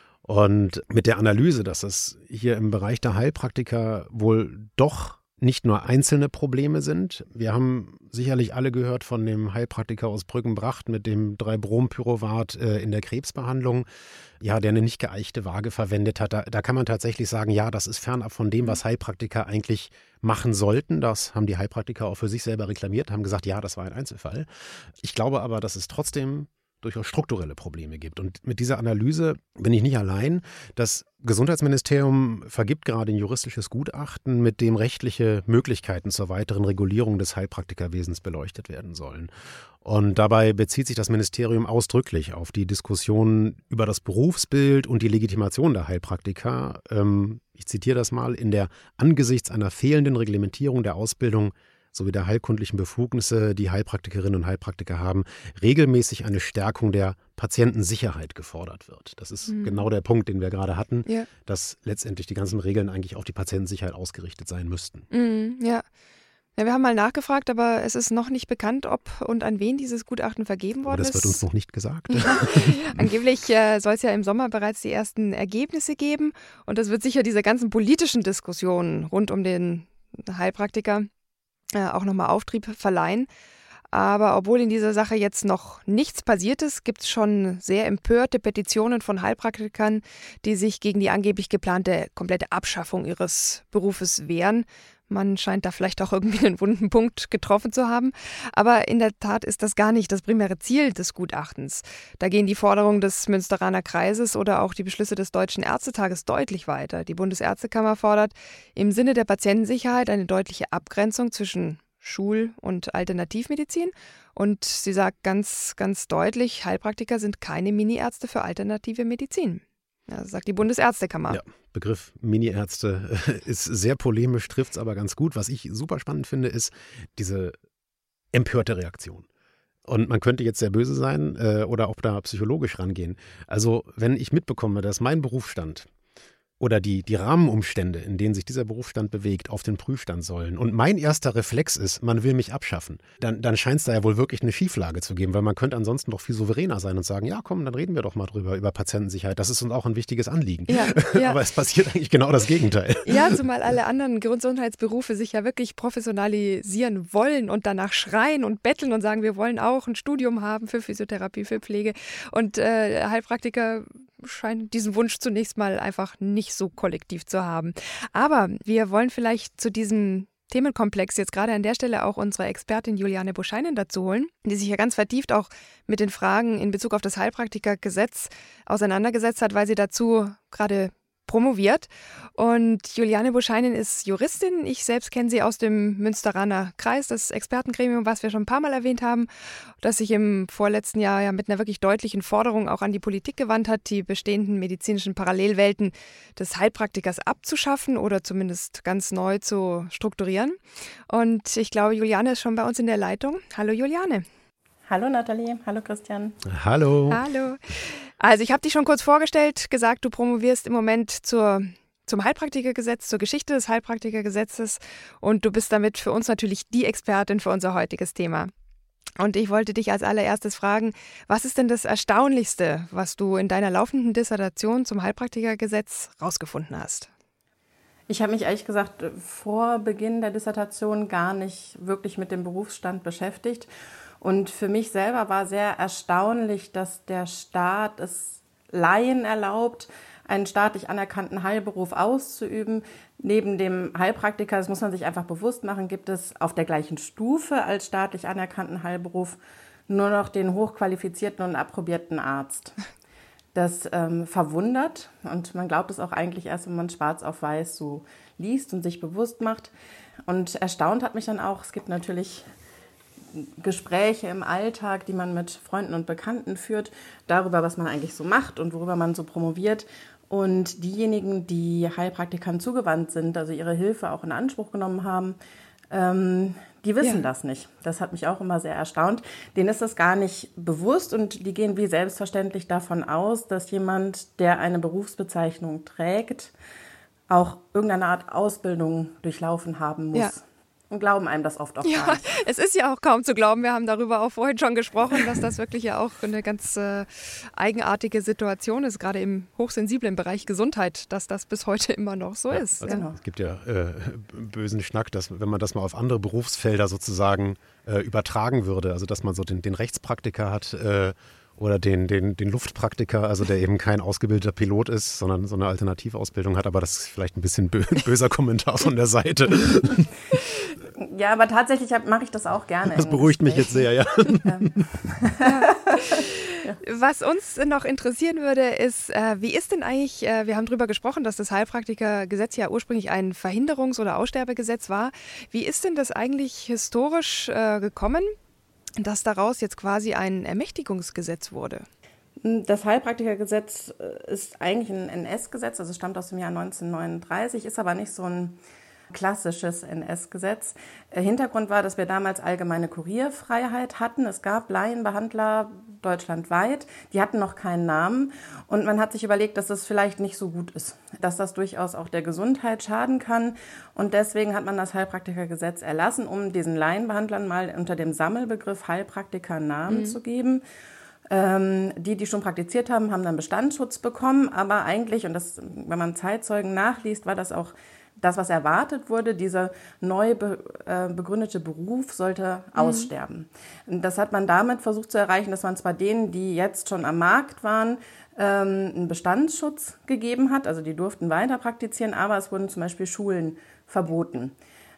C: Und mit der Analyse, dass es hier im Bereich der Heilpraktiker wohl doch nicht nur einzelne Probleme sind. Wir haben sicherlich alle gehört von dem Heilpraktiker aus Brüggenbracht mit dem drei Brom Pyruvat äh, in der Krebsbehandlung, ja, der eine nicht geeichte Waage verwendet hat. Da, da kann man tatsächlich sagen, ja, das ist fernab von dem, was Heilpraktiker eigentlich machen sollten. Das haben die Heilpraktiker auch für sich selber reklamiert, haben gesagt, ja, das war ein Einzelfall. Ich glaube aber, dass es trotzdem durchaus strukturelle Probleme gibt. Und mit dieser Analyse bin ich nicht allein. Das Gesundheitsministerium vergibt gerade ein juristisches Gutachten, mit dem rechtliche Möglichkeiten zur weiteren Regulierung des Heilpraktikerwesens beleuchtet werden sollen. Und dabei bezieht sich das Ministerium ausdrücklich auf die Diskussion über das Berufsbild und die Legitimation der Heilpraktiker. Ähm, ich zitiere das mal: In der angesichts einer fehlenden Reglementierung der Ausbildung sowie der heilkundlichen Befugnisse, die Heilpraktikerinnen und Heilpraktiker haben, regelmäßig eine Stärkung der Patientensicherheit gefordert wird. Das ist mhm. genau der Punkt, den wir gerade hatten, ja. dass letztendlich die ganzen Regeln eigentlich auf die Patientensicherheit ausgerichtet sein müssten.
B: Mhm, ja. Ja, wir haben mal nachgefragt, aber es ist noch nicht bekannt, ob und an wen dieses Gutachten vergeben worden
C: ist.
B: ist.
C: Das wird uns noch nicht gesagt.
B: Angeblich äh, soll es ja im Sommer bereits die ersten Ergebnisse geben. Und das wird sicher diese ganzen politischen Diskussionen rund um den Heilpraktiker auch nochmal Auftrieb verleihen. Aber obwohl in dieser Sache jetzt noch nichts passiert ist, gibt es schon sehr empörte Petitionen von Heilpraktikern, die sich gegen die angeblich geplante komplette Abschaffung ihres Berufes wehren. Man scheint da vielleicht auch irgendwie einen wunden Punkt getroffen zu haben. Aber in der Tat ist das gar nicht das primäre Ziel des Gutachtens. Da gehen die Forderungen des Münsteraner Kreises oder auch die Beschlüsse des Deutschen Ärztetages deutlich weiter. Die Bundesärztekammer fordert im Sinne der Patientensicherheit eine deutliche Abgrenzung zwischen Schul- und Alternativmedizin. Und sie sagt ganz, ganz deutlich, Heilpraktiker sind keine Mini-Ärzte für alternative Medizin. Ja, sagt die Bundesärztekammer.
C: Ja, Begriff Mini-Ärzte ist sehr polemisch, trifft es aber ganz gut. Was ich super spannend finde, ist diese empörte Reaktion. Und man könnte jetzt sehr böse sein äh, oder auch da psychologisch rangehen. Also wenn ich mitbekomme, dass mein Berufsstand oder die, die Rahmenumstände, in denen sich dieser Berufsstand bewegt, auf den Prüfstand sollen. Und mein erster Reflex ist, man will mich abschaffen. Dann, dann scheint es da ja wohl wirklich eine Schieflage zu geben, weil man könnte ansonsten doch viel souveräner sein und sagen, ja komm, dann reden wir doch mal drüber, über Patientensicherheit. Das ist uns auch ein wichtiges Anliegen.
B: Ja, ja.
C: Aber es passiert eigentlich genau das Gegenteil.
B: Ja, zumal alle anderen Gesundheitsberufe sich ja wirklich professionalisieren wollen und danach schreien und betteln und sagen, wir wollen auch ein Studium haben für Physiotherapie, für Pflege. Und äh, Heilpraktiker scheinen diesen Wunsch zunächst mal einfach nicht so kollektiv zu haben. Aber wir wollen vielleicht zu diesem Themenkomplex jetzt gerade an der Stelle auch unsere Expertin Juliane Boscheinen dazu holen, die sich ja ganz vertieft auch mit den Fragen in Bezug auf das Heilpraktikergesetz auseinandergesetzt hat, weil sie dazu gerade promoviert. Und Juliane Boscheinen ist Juristin. Ich selbst kenne sie aus dem Münsteraner Kreis, das Expertengremium, was wir schon ein paar Mal erwähnt haben, das sich im vorletzten Jahr ja mit einer wirklich deutlichen Forderung auch an die Politik gewandt hat, die bestehenden medizinischen Parallelwelten des Heilpraktikers abzuschaffen oder zumindest ganz neu zu strukturieren. Und ich glaube, Juliane ist schon bei uns in der Leitung. Hallo Juliane.
D: Hallo Nathalie, hallo Christian.
C: Hallo.
B: Hallo. Also ich habe dich schon kurz vorgestellt, gesagt, du promovierst im Moment zur, zum Heilpraktikergesetz, zur Geschichte des Heilpraktikergesetzes und du bist damit für uns natürlich die Expertin für unser heutiges Thema. Und ich wollte dich als allererstes fragen, was ist denn das Erstaunlichste, was du in deiner laufenden Dissertation zum Heilpraktikergesetz rausgefunden hast?
D: Ich habe mich ehrlich gesagt vor Beginn der Dissertation gar nicht wirklich mit dem Berufsstand beschäftigt. Und für mich selber war sehr erstaunlich, dass der Staat es Laien erlaubt, einen staatlich anerkannten Heilberuf auszuüben. Neben dem Heilpraktiker, das muss man sich einfach bewusst machen, gibt es auf der gleichen Stufe als staatlich anerkannten Heilberuf nur noch den hochqualifizierten und approbierten Arzt. Das ähm, verwundert und man glaubt es auch eigentlich erst, wenn man schwarz auf weiß so liest und sich bewusst macht. Und erstaunt hat mich dann auch, es gibt natürlich Gespräche im Alltag, die man mit Freunden und Bekannten führt, darüber, was man eigentlich so macht und worüber man so promoviert. Und diejenigen, die Heilpraktikern zugewandt sind, also ihre Hilfe auch in Anspruch genommen haben, ähm, die wissen ja. das nicht. Das hat mich auch immer sehr erstaunt. Denen ist das gar nicht bewusst und die gehen wie selbstverständlich davon aus, dass jemand, der eine Berufsbezeichnung trägt, auch irgendeine Art Ausbildung durchlaufen haben muss. Ja. Und glauben einem das oft auch
B: ja,
D: gar nicht.
B: Es ist ja auch kaum zu glauben. Wir haben darüber auch vorhin schon gesprochen, dass das wirklich ja auch eine ganz äh, eigenartige Situation ist, gerade im hochsensiblen Bereich Gesundheit, dass das bis heute immer noch so
C: ja,
B: ist.
C: Also
B: ja.
C: Es gibt ja äh, bösen Schnack, dass wenn man das mal auf andere Berufsfelder sozusagen äh, übertragen würde, also dass man so den, den Rechtspraktiker hat, äh, oder den, den, den Luftpraktiker, also der eben kein ausgebildeter Pilot ist, sondern so eine Alternativausbildung hat. Aber das ist vielleicht ein bisschen bö- böser Kommentar von der Seite.
D: Ja, aber tatsächlich mache ich das auch gerne.
C: Das beruhigt mich jetzt sehr, ja.
B: Was uns noch interessieren würde, ist, äh, wie ist denn eigentlich, äh, wir haben darüber gesprochen, dass das Heilpraktikergesetz ja ursprünglich ein Verhinderungs- oder Aussterbegesetz war. Wie ist denn das eigentlich historisch äh, gekommen, dass daraus jetzt quasi ein Ermächtigungsgesetz wurde?
D: Das Heilpraktikergesetz ist eigentlich ein N S-Gesetz, also stammt aus dem Jahr neunzehnhundertneununddreißig, ist aber nicht so ein klassisches N S-Gesetz. Hintergrund war, dass wir damals allgemeine Kurierfreiheit hatten. Es gab Laienbehandler deutschlandweit, die hatten noch keinen Namen. Und man hat sich überlegt, dass das vielleicht nicht so gut ist, dass das durchaus auch der Gesundheit schaden kann. Und deswegen hat man das Heilpraktikergesetz erlassen, um diesen Laienbehandlern mal unter dem Sammelbegriff Heilpraktiker einen Namen mhm. zu geben. Ähm, die, die schon praktiziert haben, haben dann Bestandsschutz bekommen. Aber eigentlich, und das, wenn man Zeitzeugen nachliest, war das auch das, was erwartet wurde, dieser neu be, äh, begründete Beruf sollte mhm. aussterben. Und das hat man damit versucht zu erreichen, dass man zwar denen, die jetzt schon am Markt waren, ähm, einen Bestandsschutz gegeben hat, also die durften weiter praktizieren, aber es wurden zum Beispiel Schulen verboten.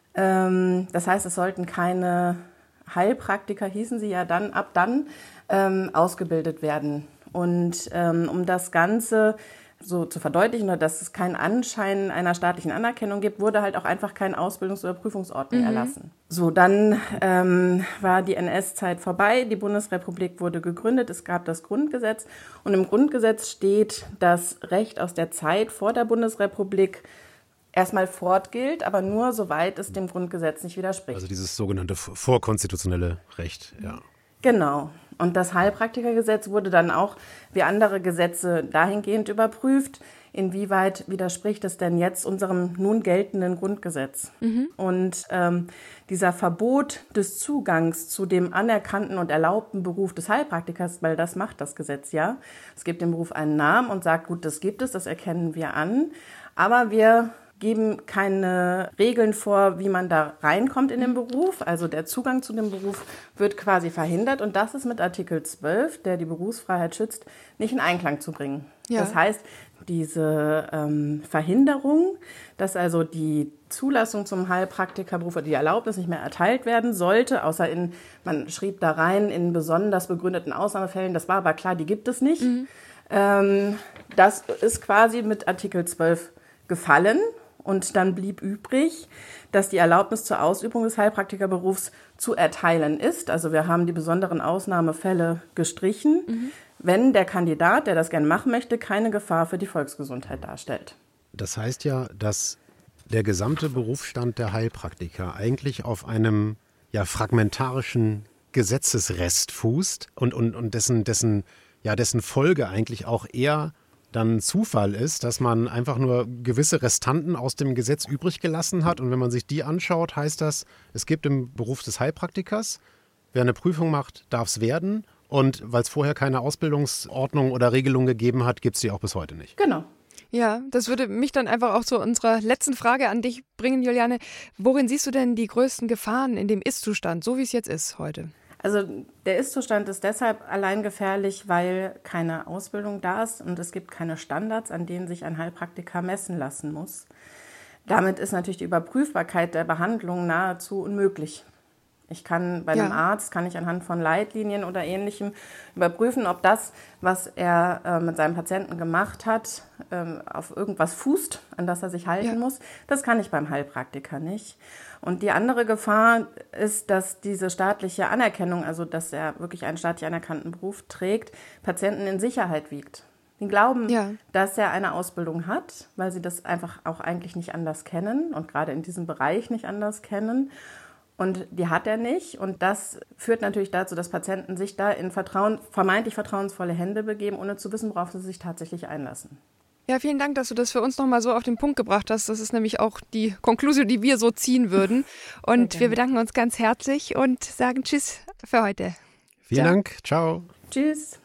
D: Ähm, das heißt, es sollten keine Heilpraktiker, hießen sie ja dann, ab dann ähm, ausgebildet werden. Und ähm, um das Ganze so zu verdeutlichen, oder dass es keinen Anschein einer staatlichen Anerkennung gibt, wurde halt auch einfach kein Ausbildungs- oder Prüfungsordnung mhm. erlassen. So, dann ähm, war die N S-Zeit vorbei, die Bundesrepublik wurde gegründet, es gab das Grundgesetz und im Grundgesetz steht, das Recht aus der Zeit vor der Bundesrepublik erstmal fortgilt, aber nur soweit es dem Grundgesetz nicht widerspricht.
C: Also dieses sogenannte vorkonstitutionelle Recht, ja.
D: Genau. Und das Heilpraktikergesetz wurde dann auch wie andere Gesetze dahingehend überprüft, inwieweit widerspricht es denn jetzt unserem nun geltenden Grundgesetz. Mhm. Und ähm, dieser Verbot des Zugangs zu dem anerkannten und erlaubten Beruf des Heilpraktikers, weil das macht das Gesetz ja. Es gibt dem Beruf einen Namen und sagt, gut, das gibt es, das erkennen wir an, aber wir geben keine Regeln vor, wie man da reinkommt in den Beruf. Also der Zugang zu dem Beruf wird quasi verhindert. Und das ist mit Artikel zwölf, der die Berufsfreiheit schützt, nicht in Einklang zu bringen. Ja. Das heißt, diese ähm, Verhinderung, dass also die Zulassung zum Heilpraktikerberuf oder die Erlaubnis nicht mehr erteilt werden sollte, außer in, man schrieb da rein, in besonders begründeten Ausnahmefällen, das war aber klar, die gibt es nicht. Mhm. Ähm, das ist quasi mit Artikel zwölf gefallen. Und dann blieb übrig, dass die Erlaubnis zur Ausübung des Heilpraktikerberufs zu erteilen ist. Also wir haben die besonderen Ausnahmefälle gestrichen, mhm. wenn der Kandidat, der das gerne machen möchte, keine Gefahr für die Volksgesundheit darstellt.
C: Das heißt ja, dass der gesamte Berufsstand der Heilpraktiker eigentlich auf einem ja, fragmentarischen Gesetzesrest fußt und, und, und dessen, dessen, ja, dessen Folge eigentlich auch eher dann Zufall ist, dass man einfach nur gewisse Restanten aus dem Gesetz übrig gelassen hat. Und wenn man sich die anschaut, heißt das, es gibt im Beruf des Heilpraktikers, wer eine Prüfung macht, darf es werden. Und weil es vorher keine Ausbildungsordnung oder Regelung gegeben hat, gibt es die auch bis heute nicht.
D: Genau.
B: Ja, das würde mich dann einfach auch zu unserer letzten Frage an dich bringen, Juliane. Worin siehst du denn die größten Gefahren in dem Ist-Zustand, so wie es jetzt ist heute?
D: Also der Ist-Zustand ist deshalb allein gefährlich, weil keine Ausbildung da ist und es gibt keine Standards, an denen sich ein Heilpraktiker messen lassen muss. Damit ist natürlich die Überprüfbarkeit der Behandlung nahezu unmöglich. Ich kann bei einem ja. Arzt, kann ich anhand von Leitlinien oder Ähnlichem überprüfen, ob das, was er äh, mit seinem Patienten gemacht hat, ähm, auf irgendwas fußt, an das er sich halten ja. muss. Das kann ich beim Heilpraktiker nicht. Und die andere Gefahr ist, dass diese staatliche Anerkennung, also dass er wirklich einen staatlich anerkannten Beruf trägt, Patienten in Sicherheit wiegt. Die glauben, ja. dass er eine Ausbildung hat, weil sie das einfach auch eigentlich nicht anders kennen und gerade in diesem Bereich nicht anders kennen. Und die hat er nicht. Und das führt natürlich dazu, dass Patienten sich da in Vertrauen, vermeintlich vertrauensvolle Hände begeben, ohne zu wissen, worauf sie sich tatsächlich einlassen.
B: Ja, vielen Dank, dass du das für uns nochmal so auf den Punkt gebracht hast. Das ist nämlich auch die Konklusion, die wir so ziehen würden. Und wir bedanken uns ganz herzlich und sagen Tschüss für heute.
C: Vielen Ciao. Dank. Ciao.
D: Tschüss.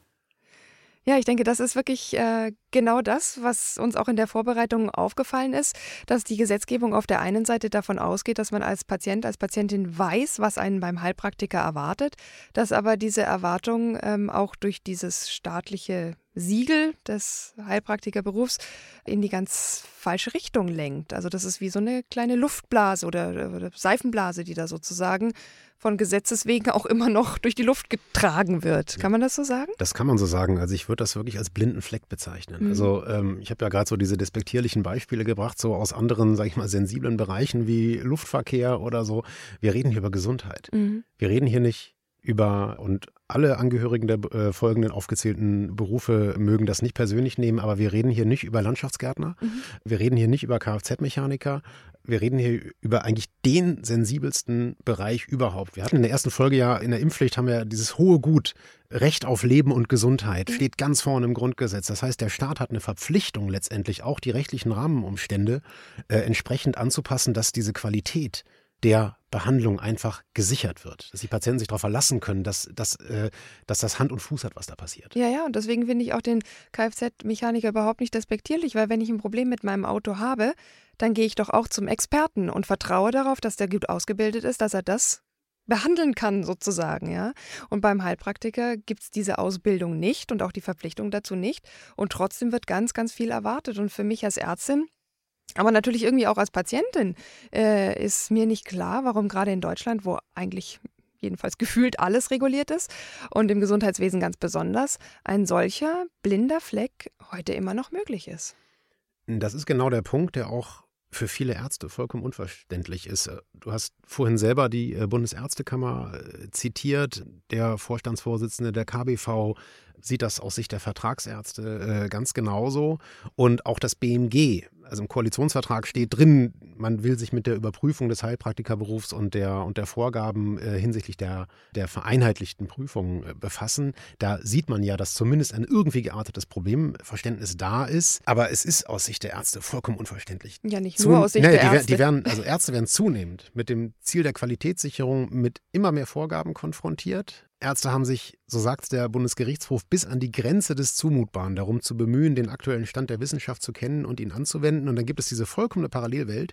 B: Ja, ich denke, das ist wirklich äh, genau das, was uns auch in der Vorbereitung aufgefallen ist, dass die Gesetzgebung auf der einen Seite davon ausgeht, dass man als Patient, als Patientin weiß, was einen beim Heilpraktiker erwartet, dass aber diese Erwartung ähm, auch durch dieses staatliche Siegel des Heilpraktikerberufs in die ganz falsche Richtung lenkt. Also das ist wie so eine kleine Luftblase oder, oder Seifenblase, die da sozusagen von Gesetzes wegen auch immer noch durch die Luft getragen wird. Kann man das so sagen?
C: Das kann man so sagen. Also ich würde das wirklich als blinden Fleck bezeichnen. Mhm. Also ähm, ich habe ja gerade so diese despektierlichen Beispiele gebracht, so aus anderen, sag ich mal, sensiblen Bereichen wie Luftverkehr oder so. Wir reden hier über Gesundheit. Mhm. Wir reden hier nicht über, und alle Angehörigen der äh, folgenden aufgezählten Berufe mögen das nicht persönlich nehmen, aber wir reden hier nicht über Landschaftsgärtner, mhm. wir reden hier nicht über Kfz-Mechaniker, wir reden hier über eigentlich den sensibelsten Bereich überhaupt. Wir hatten in der ersten Folge ja, in der Impfpflicht haben wir dieses hohe Gut, Recht auf Leben und Gesundheit, steht ganz vorne im Grundgesetz. Das heißt, der Staat hat eine Verpflichtung letztendlich, auch die rechtlichen Rahmenumstände äh, entsprechend anzupassen, dass diese Qualität der Behandlung einfach gesichert wird, dass die Patienten sich darauf verlassen können, dass, dass, äh, dass das Hand und Fuß hat, was da passiert.
B: Ja, ja, und deswegen finde ich auch den Kfz-Mechaniker überhaupt nicht despektierlich, weil wenn ich ein Problem mit meinem Auto habe, dann gehe ich doch auch zum Experten und vertraue darauf, dass der gut ausgebildet ist, dass er das behandeln kann sozusagen, ja. Und beim Heilpraktiker gibt es diese Ausbildung nicht und auch die Verpflichtung dazu nicht und trotzdem wird ganz, ganz viel erwartet und für mich als Ärztin, aber natürlich irgendwie auch als Patientin äh, ist mir nicht klar, warum gerade in Deutschland, wo eigentlich jedenfalls gefühlt alles reguliert ist und im Gesundheitswesen ganz besonders, ein solcher blinder Fleck heute immer noch möglich ist.
C: Das ist genau der Punkt, der auch für viele Ärzte vollkommen unverständlich ist. Du hast vorhin selber die Bundesärztekammer zitiert. Der Vorstandsvorsitzende der K B V sieht das aus Sicht der Vertragsärzte ganz genauso. Und auch das B M G, also im Koalitionsvertrag steht drin, man will sich mit der Überprüfung des Heilpraktikerberufs und der, und der Vorgaben äh, hinsichtlich der, der vereinheitlichten Prüfung äh, befassen. Da sieht man ja, dass zumindest ein irgendwie geartetes Problemverständnis da ist. Aber es ist aus Sicht der Ärzte vollkommen unverständlich.
B: Ja, nicht nur Zu, aus Sicht nee, der
C: die,
B: Ärzte.
C: Die werden, also Ärzte werden zunehmend mit dem Ziel der Qualitätssicherung mit immer mehr Vorgaben konfrontiert. Ärzte haben sich, so sagt der Bundesgerichtshof, bis an die Grenze des Zumutbaren darum zu bemühen, den aktuellen Stand der Wissenschaft zu kennen und ihn anzuwenden. Und dann gibt es diese vollkommene Parallelwelt,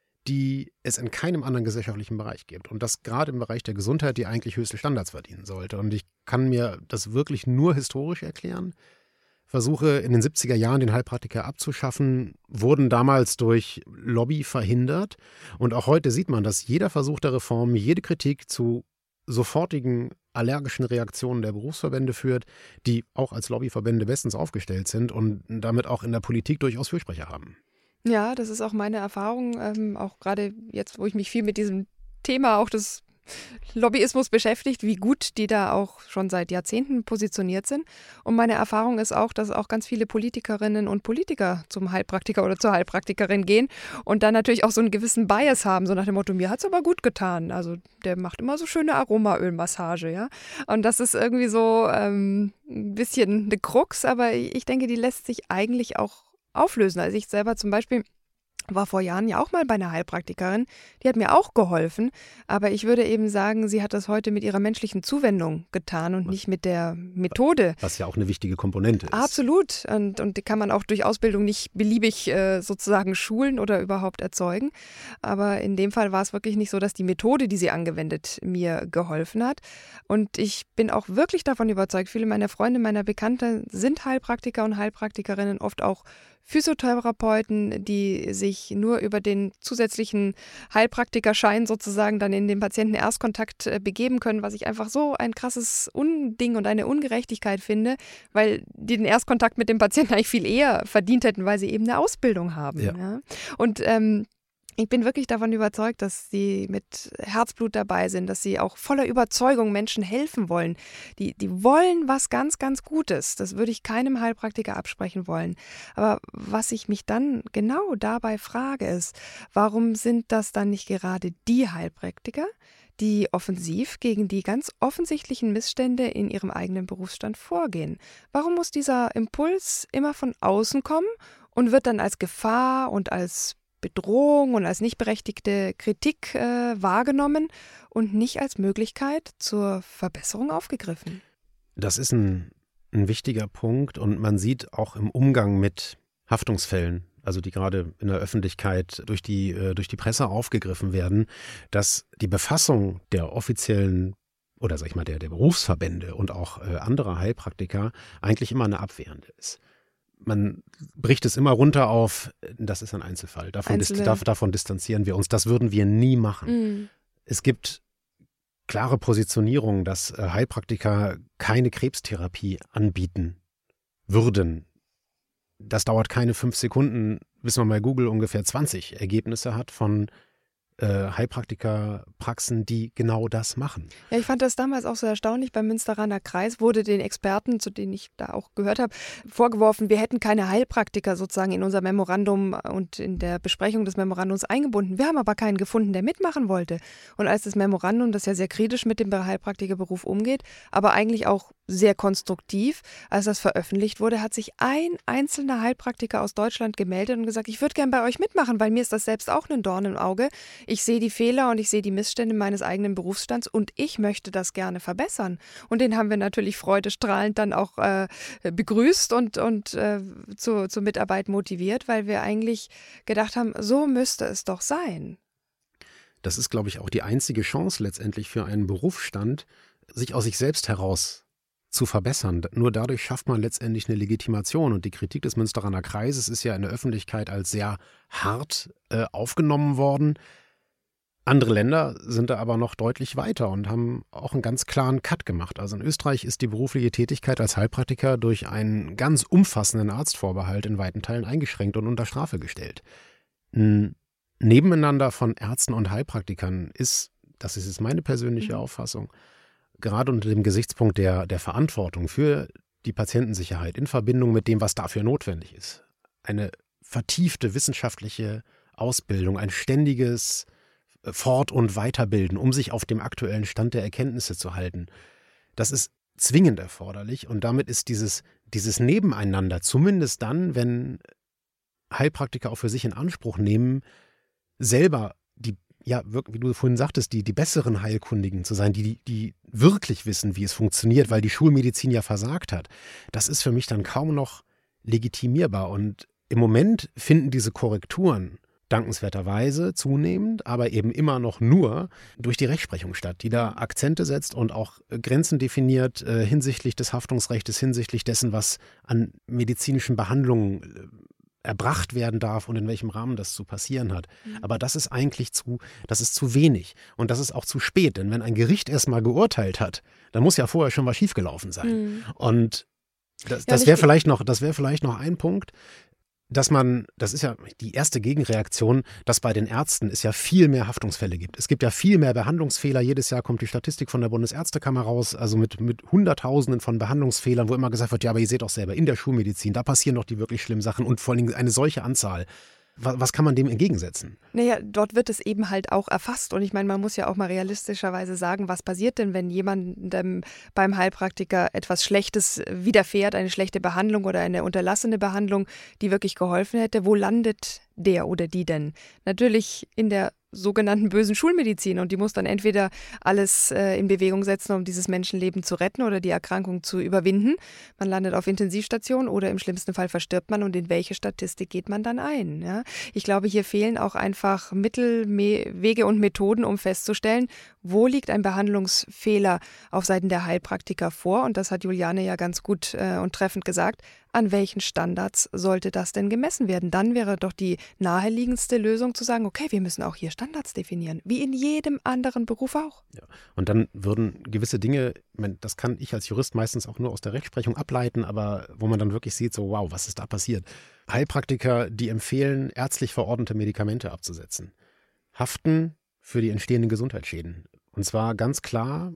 C: die es in keinem anderen gesellschaftlichen Bereich gibt. Und das gerade im Bereich der Gesundheit, die eigentlich höchste Standards verdienen sollte. Und ich kann mir das wirklich nur historisch erklären. Versuche in den siebziger Jahren den Heilpraktiker abzuschaffen, wurden damals durch Lobby verhindert. Und auch heute sieht man, dass jeder Versuch der Reform, jede Kritik zu sofortigen allergischen Reaktionen der Berufsverbände führt, die auch als Lobbyverbände bestens aufgestellt sind und damit auch in der Politik durchaus Fürsprecher haben.
B: Ja, das ist auch meine Erfahrung, ähm, auch gerade jetzt, wo ich mich viel mit diesem Thema auch des Lobbyismus beschäftigt, wie gut die da auch schon seit Jahrzehnten positioniert sind. Und meine Erfahrung ist auch, dass auch ganz viele Politikerinnen und Politiker zum Heilpraktiker oder zur Heilpraktikerin gehen und dann natürlich auch so einen gewissen Bias haben, so nach dem Motto, mir hat es aber gut getan. Also der macht immer so schöne Aromaölmassage, ja. Und das ist irgendwie so ähm, ein bisschen eine Krux, aber ich denke, die lässt sich eigentlich auch auflösen. Also ich selber zum Beispiel war vor Jahren ja auch mal bei einer Heilpraktikerin, die hat mir auch geholfen, aber ich würde eben sagen, sie hat das heute mit ihrer menschlichen Zuwendung getan und nicht mit der Methode.
C: Was ja auch eine wichtige Komponente ist.
B: Absolut, und, und die kann man auch durch Ausbildung nicht beliebig äh, sozusagen schulen oder überhaupt erzeugen, aber in dem Fall war es wirklich nicht so, dass die Methode, die sie angewendet, mir geholfen hat, und ich bin auch wirklich davon überzeugt, viele meiner Freunde, meiner Bekannten sind Heilpraktiker und Heilpraktikerinnen, oft auch Physiotherapeuten, die sich nur über den zusätzlichen Heilpraktikerschein sozusagen dann in den Patienten-Erstkontakt begeben können, was ich einfach so ein krasses Unding und eine Ungerechtigkeit finde, weil die den Erstkontakt mit dem Patienten eigentlich viel eher verdient hätten, weil sie eben eine Ausbildung haben.
C: Ja.
B: Ja. Und ähm, ich bin wirklich davon überzeugt, dass sie mit Herzblut dabei sind, dass sie auch voller Überzeugung Menschen helfen wollen. Die, die wollen was ganz, ganz Gutes. Das würde ich keinem Heilpraktiker absprechen wollen. Aber was ich mich dann genau dabei frage, ist, warum sind das dann nicht gerade die Heilpraktiker, die offensiv gegen die ganz offensichtlichen Missstände in ihrem eigenen Berufsstand vorgehen? Warum muss dieser Impuls immer von außen kommen und wird dann als Gefahr und als Bedrohung und als nicht berechtigte Kritik äh, wahrgenommen und nicht als Möglichkeit zur Verbesserung aufgegriffen?
C: Das ist ein, ein wichtiger Punkt, und man sieht auch im Umgang mit Haftungsfällen, also die gerade in der Öffentlichkeit durch die, äh, durch die Presse aufgegriffen werden, dass die Befassung der offiziellen oder sag ich mal der, der Berufsverbände und auch äh, anderer Heilpraktiker eigentlich immer eine abwehrende ist. Man bricht es immer runter auf, das ist ein Einzelfall. Davon, dis- dav- davon distanzieren wir uns. Das würden wir nie machen. Mhm. Es gibt klare Positionierungen, dass äh, Heilpraktiker keine Krebstherapie anbieten würden. Das dauert keine fünf Sekunden, bis man bei Google ungefähr zwanzig Ergebnisse hat von äh, Heilpraktikerpraxen, die genau das machen.
B: Ja, ich fand das damals auch so erstaunlich. Beim Münsteraner Kreis wurde den Experten, zu denen ich da auch gehört habe, vorgeworfen, wir hätten keine Heilpraktiker sozusagen in unser Memorandum und in der Besprechung des Memorandums eingebunden. Wir haben aber keinen gefunden, der mitmachen wollte. Und als das Memorandum, das ja sehr kritisch mit dem Heilpraktikerberuf umgeht, aber eigentlich auch sehr konstruktiv, als das veröffentlicht wurde, hat sich ein einzelner Heilpraktiker aus Deutschland gemeldet und gesagt, ich würde gern bei euch mitmachen, weil mir ist das selbst auch ein Dorn im Auge. Ich sehe die Fehler und ich sehe die Missstände meines eigenen Berufsstands und ich möchte das gerne verbessern. Und den haben wir natürlich freudestrahlend dann auch äh, begrüßt und, und äh, zu, zur Mitarbeit motiviert, weil wir eigentlich gedacht haben, so müsste es doch sein.
C: Das ist, glaube ich, auch die einzige Chance letztendlich für einen Berufsstand, sich aus sich selbst heraus zu verbessern. Nur dadurch schafft man letztendlich eine Legitimation. Und die Kritik des Münsteraner Kreises ist ja in der Öffentlichkeit als sehr hart äh, aufgenommen worden. Andere Länder sind da aber noch deutlich weiter und haben auch einen ganz klaren Cut gemacht. Also in Österreich ist die berufliche Tätigkeit als Heilpraktiker durch einen ganz umfassenden Arztvorbehalt in weiten Teilen eingeschränkt und unter Strafe gestellt. Ein Nebeneinander von Ärzten und Heilpraktikern ist, das ist jetzt meine persönliche mhm. Auffassung, gerade unter dem Gesichtspunkt der, der Verantwortung für die Patientensicherheit in Verbindung mit dem, was dafür notwendig ist. Eine vertiefte wissenschaftliche Ausbildung, ein ständiges Fort- und Weiterbilden, um sich auf dem aktuellen Stand der Erkenntnisse zu halten. Das ist zwingend erforderlich, und damit ist dieses, dieses Nebeneinander, zumindest dann, wenn Heilpraktiker auch für sich in Anspruch nehmen, selber die, ja, wie du vorhin sagtest, die, die besseren Heilkundigen zu sein, die, die wirklich wissen, wie es funktioniert, weil die Schulmedizin ja versagt hat. Das ist für mich dann kaum noch legitimierbar. Und im Moment finden diese Korrekturen dankenswerterweise zunehmend, aber eben immer noch nur durch die Rechtsprechung statt, die da Akzente setzt und auch Grenzen definiert äh, hinsichtlich des Haftungsrechts, hinsichtlich dessen, was an medizinischen Behandlungen äh, erbracht werden darf und in welchem Rahmen das zu passieren hat. Mhm. Aber das ist eigentlich zu, das ist zu wenig. Und das ist auch zu spät, denn wenn ein Gericht erst mal geurteilt hat, dann muss ja vorher schon was schiefgelaufen sein. Mhm. Und das, das wäre vielleicht noch, das wäre vielleicht noch ein Punkt, dass man, das ist ja die erste Gegenreaktion, dass bei den Ärzten es ja viel mehr Haftungsfälle gibt. Es gibt ja viel mehr Behandlungsfehler. Jedes Jahr kommt die Statistik von der Bundesärztekammer raus, also mit, mit Hunderttausenden von Behandlungsfehlern, wo immer gesagt wird, ja, aber ihr seht doch selber, in der Schulmedizin, da passieren doch die wirklich schlimmen Sachen und vor allem eine solche Anzahl. Was kann man dem entgegensetzen?
B: Naja, dort wird es eben halt auch erfasst. Und ich meine, man muss ja auch mal realistischerweise sagen, was passiert denn, wenn jemandem beim Heilpraktiker etwas Schlechtes widerfährt, eine schlechte Behandlung oder eine unterlassene Behandlung, die wirklich geholfen hätte. Wo landet der oder die denn? Natürlich in der sogenannten bösen Schulmedizin und die muss dann entweder alles äh, in Bewegung setzen, um dieses Menschenleben zu retten oder die Erkrankung zu überwinden. Man landet auf Intensivstation oder im schlimmsten Fall verstirbt man und in welche Statistik geht man dann ein? Ja? Ich glaube, hier fehlen auch einfach Mittel, Me- Wege und Methoden, um festzustellen, wo liegt ein Behandlungsfehler auf Seiten der Heilpraktiker vor und das hat Juliane ja ganz gut äh, und treffend gesagt. An welchen Standards sollte das denn gemessen werden? Dann wäre doch die naheliegendste Lösung zu sagen, okay, wir müssen auch hier Standards definieren, wie in jedem anderen Beruf auch.
C: Ja. Und dann würden gewisse Dinge, ich meine, das kann ich als Jurist meistens auch nur aus der Rechtsprechung ableiten, aber wo man dann wirklich sieht, so wow, was ist da passiert? Heilpraktiker, die empfehlen, ärztlich verordnete Medikamente abzusetzen, haften für die entstehenden Gesundheitsschäden. Und zwar ganz klar,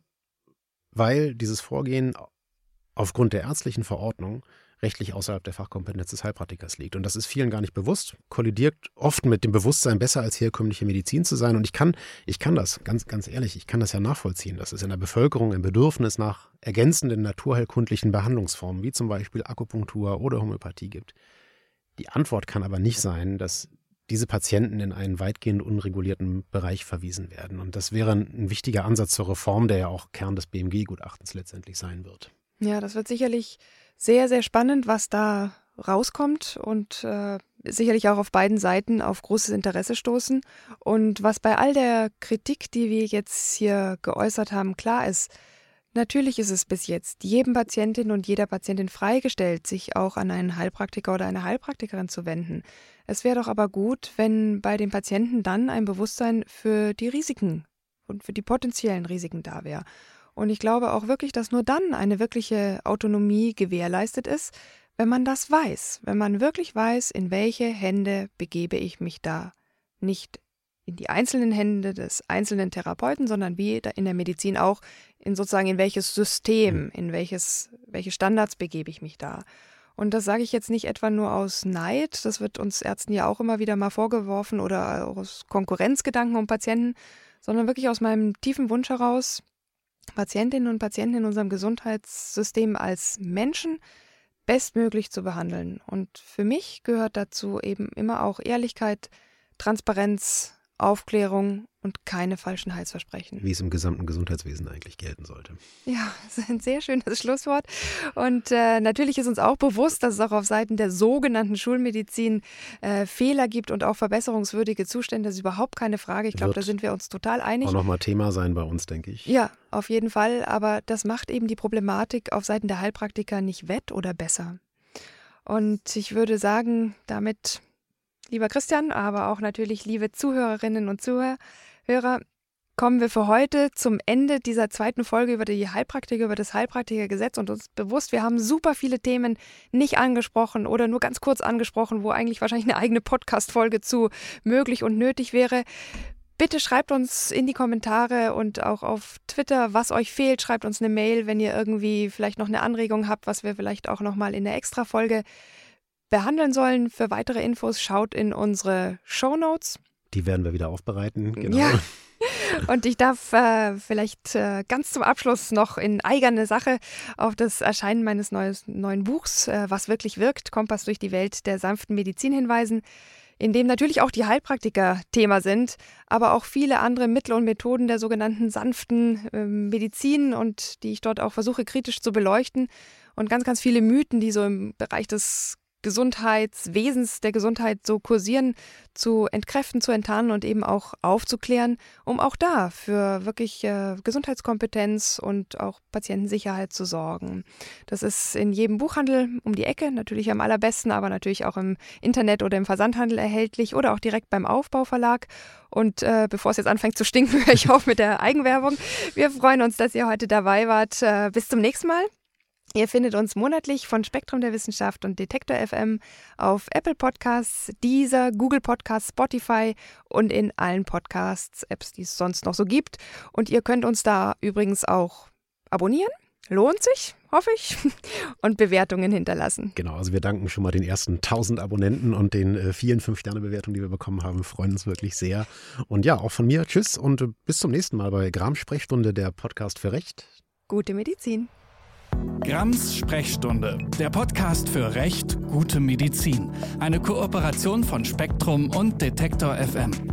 C: weil dieses Vorgehen aufgrund der ärztlichen Verordnung rechtlich außerhalb der Fachkompetenz des Heilpraktikers liegt. Und das ist vielen gar nicht bewusst, kollidiert oft mit dem Bewusstsein, besser als herkömmliche Medizin zu sein. Und ich kann, ich kann das, ganz, ganz ehrlich, ich kann das ja nachvollziehen, dass es in der Bevölkerung ein Bedürfnis nach ergänzenden naturheilkundlichen Behandlungsformen, wie zum Beispiel Akupunktur oder Homöopathie gibt. Die Antwort kann aber nicht sein, dass diese Patienten in einen weitgehend unregulierten Bereich verwiesen werden. Und das wäre ein wichtiger Ansatz zur Reform, der ja auch Kern des B M G-Gutachtens letztendlich sein wird.
B: Ja, das wird sicherlich sehr, sehr spannend, was da rauskommt und äh, sicherlich auch auf beiden Seiten auf großes Interesse stoßen. Und was bei all der Kritik, die wir jetzt hier geäußert haben, klar ist, natürlich ist es bis jetzt jedem Patientin und jeder Patientin freigestellt, sich auch an einen Heilpraktiker oder eine Heilpraktikerin zu wenden. Es wäre doch aber gut, wenn bei den Patienten dann ein Bewusstsein für die Risiken und für die potenziellen Risiken da wäre. Und ich glaube auch wirklich, dass nur dann eine wirkliche Autonomie gewährleistet ist, wenn man das weiß, wenn man wirklich weiß, in welche Hände begebe ich mich da. Nicht in die einzelnen Hände des einzelnen Therapeuten, sondern wie in der Medizin auch, in sozusagen in welches System, in welches, welche Standards begebe ich mich da. Und das sage ich jetzt nicht etwa nur aus Neid, das wird uns Ärzten ja auch immer wieder mal vorgeworfen oder aus Konkurrenzgedanken um Patienten, sondern wirklich aus meinem tiefen Wunsch heraus, Patientinnen und Patienten in unserem Gesundheitssystem als Menschen bestmöglich zu behandeln. Und für mich gehört dazu eben immer auch Ehrlichkeit, Transparenz, Aufklärung und keine falschen Heilsversprechen.
C: Wie es im gesamten Gesundheitswesen eigentlich gelten sollte.
B: Ja, das ist ein sehr schönes Schlusswort. Und äh, natürlich ist uns auch bewusst, dass es auch auf Seiten der sogenannten Schulmedizin äh, Fehler gibt und auch verbesserungswürdige Zustände. Das ist überhaupt keine Frage. Ich glaube, da sind wir uns total einig.
C: Auch nochmal Thema sein bei uns, denke ich.
B: Ja, auf jeden Fall. Aber das macht eben die Problematik auf Seiten der Heilpraktiker nicht wett oder besser. Und ich würde sagen, damit, lieber Christian, aber auch natürlich liebe Zuhörerinnen und Zuhörer, Hörer, kommen wir für heute zum Ende dieser zweiten Folge über die Heilpraktiker, über das Heilpraktikergesetz und uns bewusst, wir haben super viele Themen nicht angesprochen oder nur ganz kurz angesprochen, wo eigentlich wahrscheinlich eine eigene Podcast-Folge zu möglich und nötig wäre. Bitte schreibt uns in die Kommentare und auch auf Twitter, was euch fehlt. Schreibt uns eine Mail, wenn ihr irgendwie vielleicht noch eine Anregung habt, was wir vielleicht auch nochmal in der Extra-Folge behandeln sollen. Für weitere Infos schaut in unsere Shownotes.
C: Die werden wir wieder aufbereiten, genau.
B: Ja. Und ich darf äh, vielleicht äh, ganz zum Abschluss noch in eigener Sache auf das Erscheinen meines neues, neuen Buchs, äh, Was wirklich wirkt, Kompass durch die Welt der sanften Medizin hinweisen, in dem natürlich auch die Heilpraktiker Thema sind, aber auch viele andere Mittel und Methoden der sogenannten sanften äh, Medizin und die ich dort auch versuche kritisch zu beleuchten und ganz, ganz viele Mythen, die so im Bereich des Gesundheitswesens, der Gesundheit so kursieren, zu entkräften, zu enttarnen und eben auch aufzuklären, um auch da für wirklich äh, Gesundheitskompetenz und auch Patientensicherheit zu sorgen. Das ist in jedem Buchhandel um die Ecke, natürlich am allerbesten, aber natürlich auch im Internet oder im Versandhandel erhältlich oder auch direkt beim Aufbauverlag. Und äh, bevor es jetzt anfängt zu stinken, höre ich auf mit der Eigenwerbung. Wir freuen uns, dass ihr heute dabei wart. Äh, bis zum nächsten Mal. Ihr findet uns monatlich von Spektrum der Wissenschaft und Detektor F M auf Apple Podcasts, Deezer, Google Podcasts, Spotify und in allen Podcasts-Apps, die es sonst noch so gibt. Und ihr könnt uns da übrigens auch abonnieren. Lohnt sich, hoffe ich. Und Bewertungen hinterlassen.
C: Genau, also wir danken schon mal den ersten tausend Abonnenten und den äh, vielen fünf-Sterne-Bewertungen, die wir bekommen haben. Wir freuen uns wirklich sehr. Und ja, auch von mir, tschüss und äh, bis zum nächsten Mal bei Gram Sprechstunde, der Podcast für Recht.
B: Gute Medizin.
A: Grams Sprechstunde, der Podcast für Recht, gute Medizin. Eine Kooperation von Spektrum und Detektor F M.